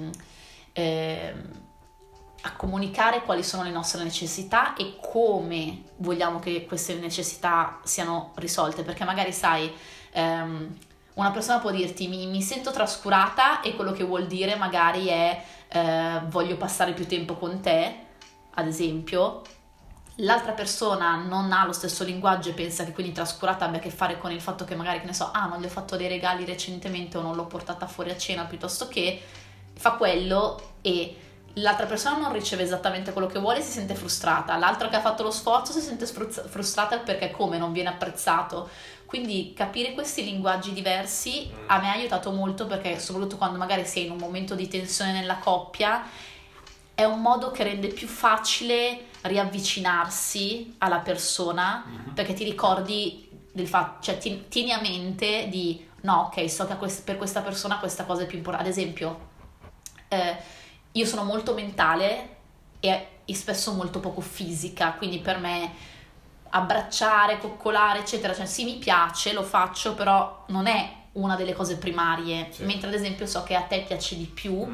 [SPEAKER 1] comunicare quali sono le nostre necessità e come vogliamo che queste necessità siano risolte, perché magari sai, una persona può dirti mi sento trascurata e quello che vuol dire magari è voglio passare più tempo con te, ad esempio. L'altra persona non ha lo stesso linguaggio e pensa che quindi trascurata abbia a che fare con il fatto che magari, che ne so, non gli ho fatto dei regali recentemente o non l'ho portata fuori a cena, piuttosto che fa quello e l'altra persona non riceve esattamente quello che vuole e si sente frustrata, l'altra che ha fatto lo sforzo si sente frustrata perché come non viene apprezzato. Quindi capire questi linguaggi diversi a me ha aiutato molto, perché soprattutto quando magari sei in un momento di tensione nella coppia è un modo che rende più facile riavvicinarsi alla persona, perché ti ricordi del fatto, cioè tieni a mente di no, ok, so che per questa persona questa cosa è più importante. Ad esempio io sono molto mentale e spesso molto poco fisica, quindi per me abbracciare, coccolare, eccetera, cioè sì, mi piace, lo faccio, però non è una delle cose primarie, mentre ad esempio so che a te piace di più.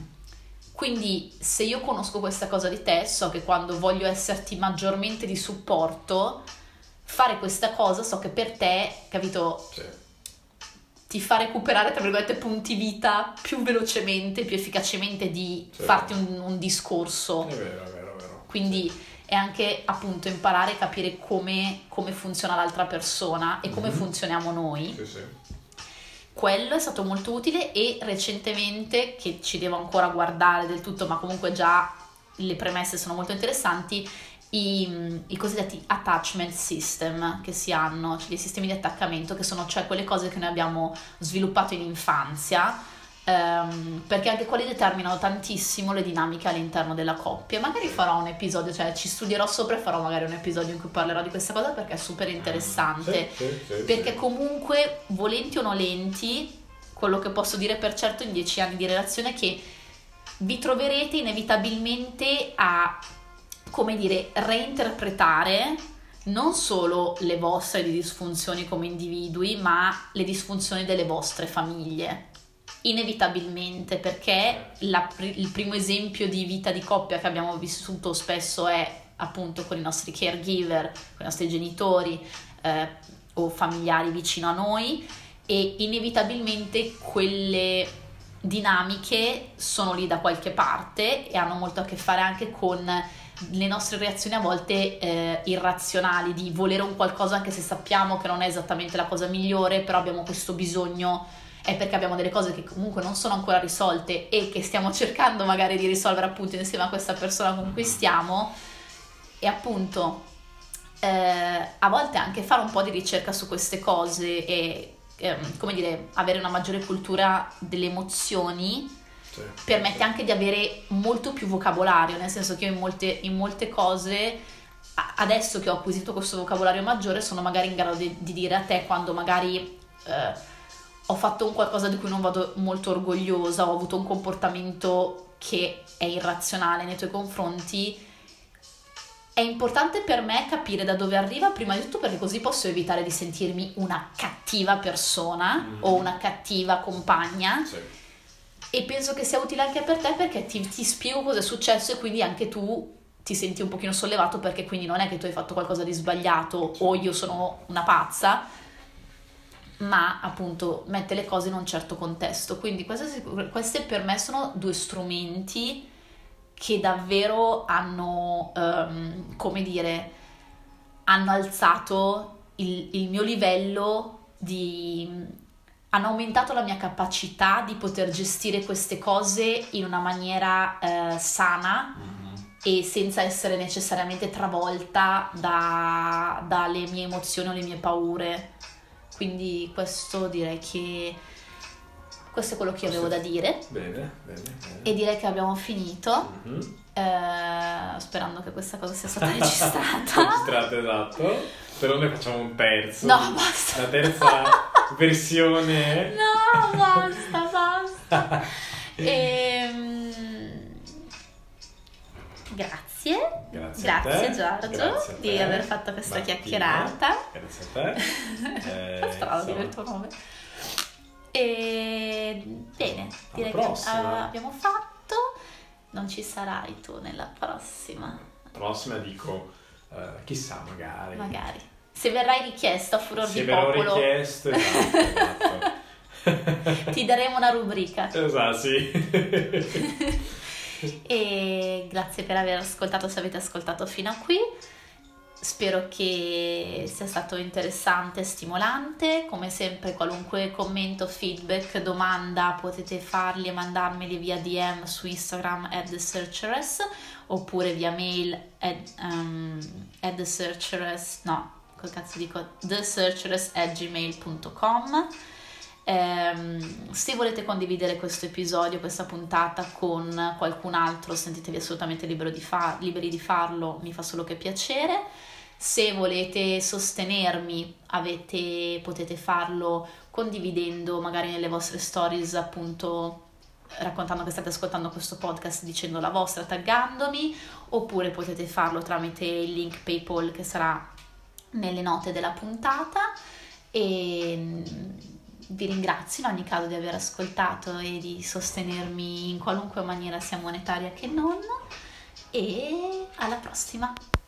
[SPEAKER 1] Quindi se io conosco questa cosa di te, so che quando voglio esserti maggiormente di supporto, fare questa cosa, so che per te, capito, ti fa recuperare, tra virgolette, punti vita più velocemente, più efficacemente di farti un discorso.
[SPEAKER 2] È vero.
[SPEAKER 1] Quindi è anche appunto imparare a capire come funziona l'altra persona e come funzioniamo noi. Quello è stato molto utile, e recentemente, che ci devo ancora guardare del tutto, ma comunque già le premesse sono molto interessanti, i cosiddetti attachment system che si hanno, cioè dei sistemi di attaccamento, che sono cioè quelle cose che noi abbiamo sviluppato in infanzia, perché anche quelli determinano tantissimo le dinamiche all'interno della coppia. Magari farò un episodio, cioè ci studierò sopra e farò magari un episodio in cui parlerò di questa cosa, perché è super interessante, perché comunque, volenti o nolenti, quello che posso dire per certo in 10 anni di relazione è che vi troverete inevitabilmente a, come dire, reinterpretare non solo le vostre disfunzioni come individui, ma le disfunzioni delle vostre famiglie. Inevitabilmente, perché il primo esempio di vita di coppia che abbiamo vissuto spesso è appunto con i nostri caregiver, con i nostri genitori o familiari vicino a noi, e inevitabilmente quelle dinamiche sono lì da qualche parte e hanno molto a che fare anche con le nostre reazioni a volte irrazionali di volere un qualcosa anche se sappiamo che non è esattamente la cosa migliore, però abbiamo questo bisogno. È perché abbiamo delle cose che comunque non sono ancora risolte e che stiamo cercando magari di risolvere appunto insieme a questa persona con cui stiamo, e appunto a volte anche fare un po' di ricerca su queste cose e come dire, avere una maggiore cultura delle emozioni permette anche di avere molto più vocabolario, nel senso che io in molte cose, adesso che ho acquisito questo vocabolario maggiore, sono magari in grado di dire a te, quando magari ho fatto un qualcosa di cui non vado molto orgogliosa, ho avuto un comportamento che è irrazionale nei tuoi confronti, è importante per me capire da dove arriva, prima di tutto perché così posso evitare di sentirmi una cattiva persona o una cattiva compagna, e penso che sia utile anche per te perché ti spiego cosa è successo e quindi anche tu ti senti un pochino sollevato, perché quindi non è che tu hai fatto qualcosa di sbagliato o io sono una pazza, ma appunto mette le cose in un certo contesto. Quindi queste per me sono due strumenti che davvero hanno, come dire, hanno alzato il mio livello hanno aumentato la mia capacità di poter gestire queste cose in una maniera sana e senza essere necessariamente travolta dalle mie emozioni o le mie paure. Quindi questo direi che questo è quello che io avevo da dire.
[SPEAKER 2] Bene.
[SPEAKER 1] E direi che abbiamo finito. Sperando che questa cosa sia stata registrata.
[SPEAKER 2] Esatto. Però ne facciamo un terzo.
[SPEAKER 1] No, basta.
[SPEAKER 2] La terza versione.
[SPEAKER 1] No, basta. Grazie Giorgio di aver fatto questa chiacchierata.
[SPEAKER 2] Grazie a te.
[SPEAKER 1] Strano dire il tuo nome. E bene, direi che abbiamo fatto. Non ci sarai tu nella prossima.
[SPEAKER 2] Dico, chissà, magari.
[SPEAKER 1] Se verrai richiesto a furor di
[SPEAKER 2] popolo.
[SPEAKER 1] Se verrò
[SPEAKER 2] richiesto, esatto.
[SPEAKER 1] Ti daremo una rubrica.
[SPEAKER 2] Esatto, sì.
[SPEAKER 1] E grazie per aver ascoltato, se avete ascoltato fino a qui. Spero che sia stato interessante e stimolante. Come sempre, qualunque commento, feedback, domanda potete farli e mandarmeli via DM su Instagram @thesearcheress oppure via mail thesearcheress@gmail.com. Se volete condividere questo episodio, questa puntata con qualcun altro, sentitevi assolutamente liberi di farlo, mi fa solo che piacere. Se volete sostenermi potete farlo condividendo magari nelle vostre stories, appunto raccontando che state ascoltando questo podcast, dicendo la vostra, taggandomi, oppure potete farlo tramite il link PayPal che sarà nelle note della puntata e vi ringrazio in ogni caso di aver ascoltato e di sostenermi in qualunque maniera, sia monetaria che non, e alla prossima!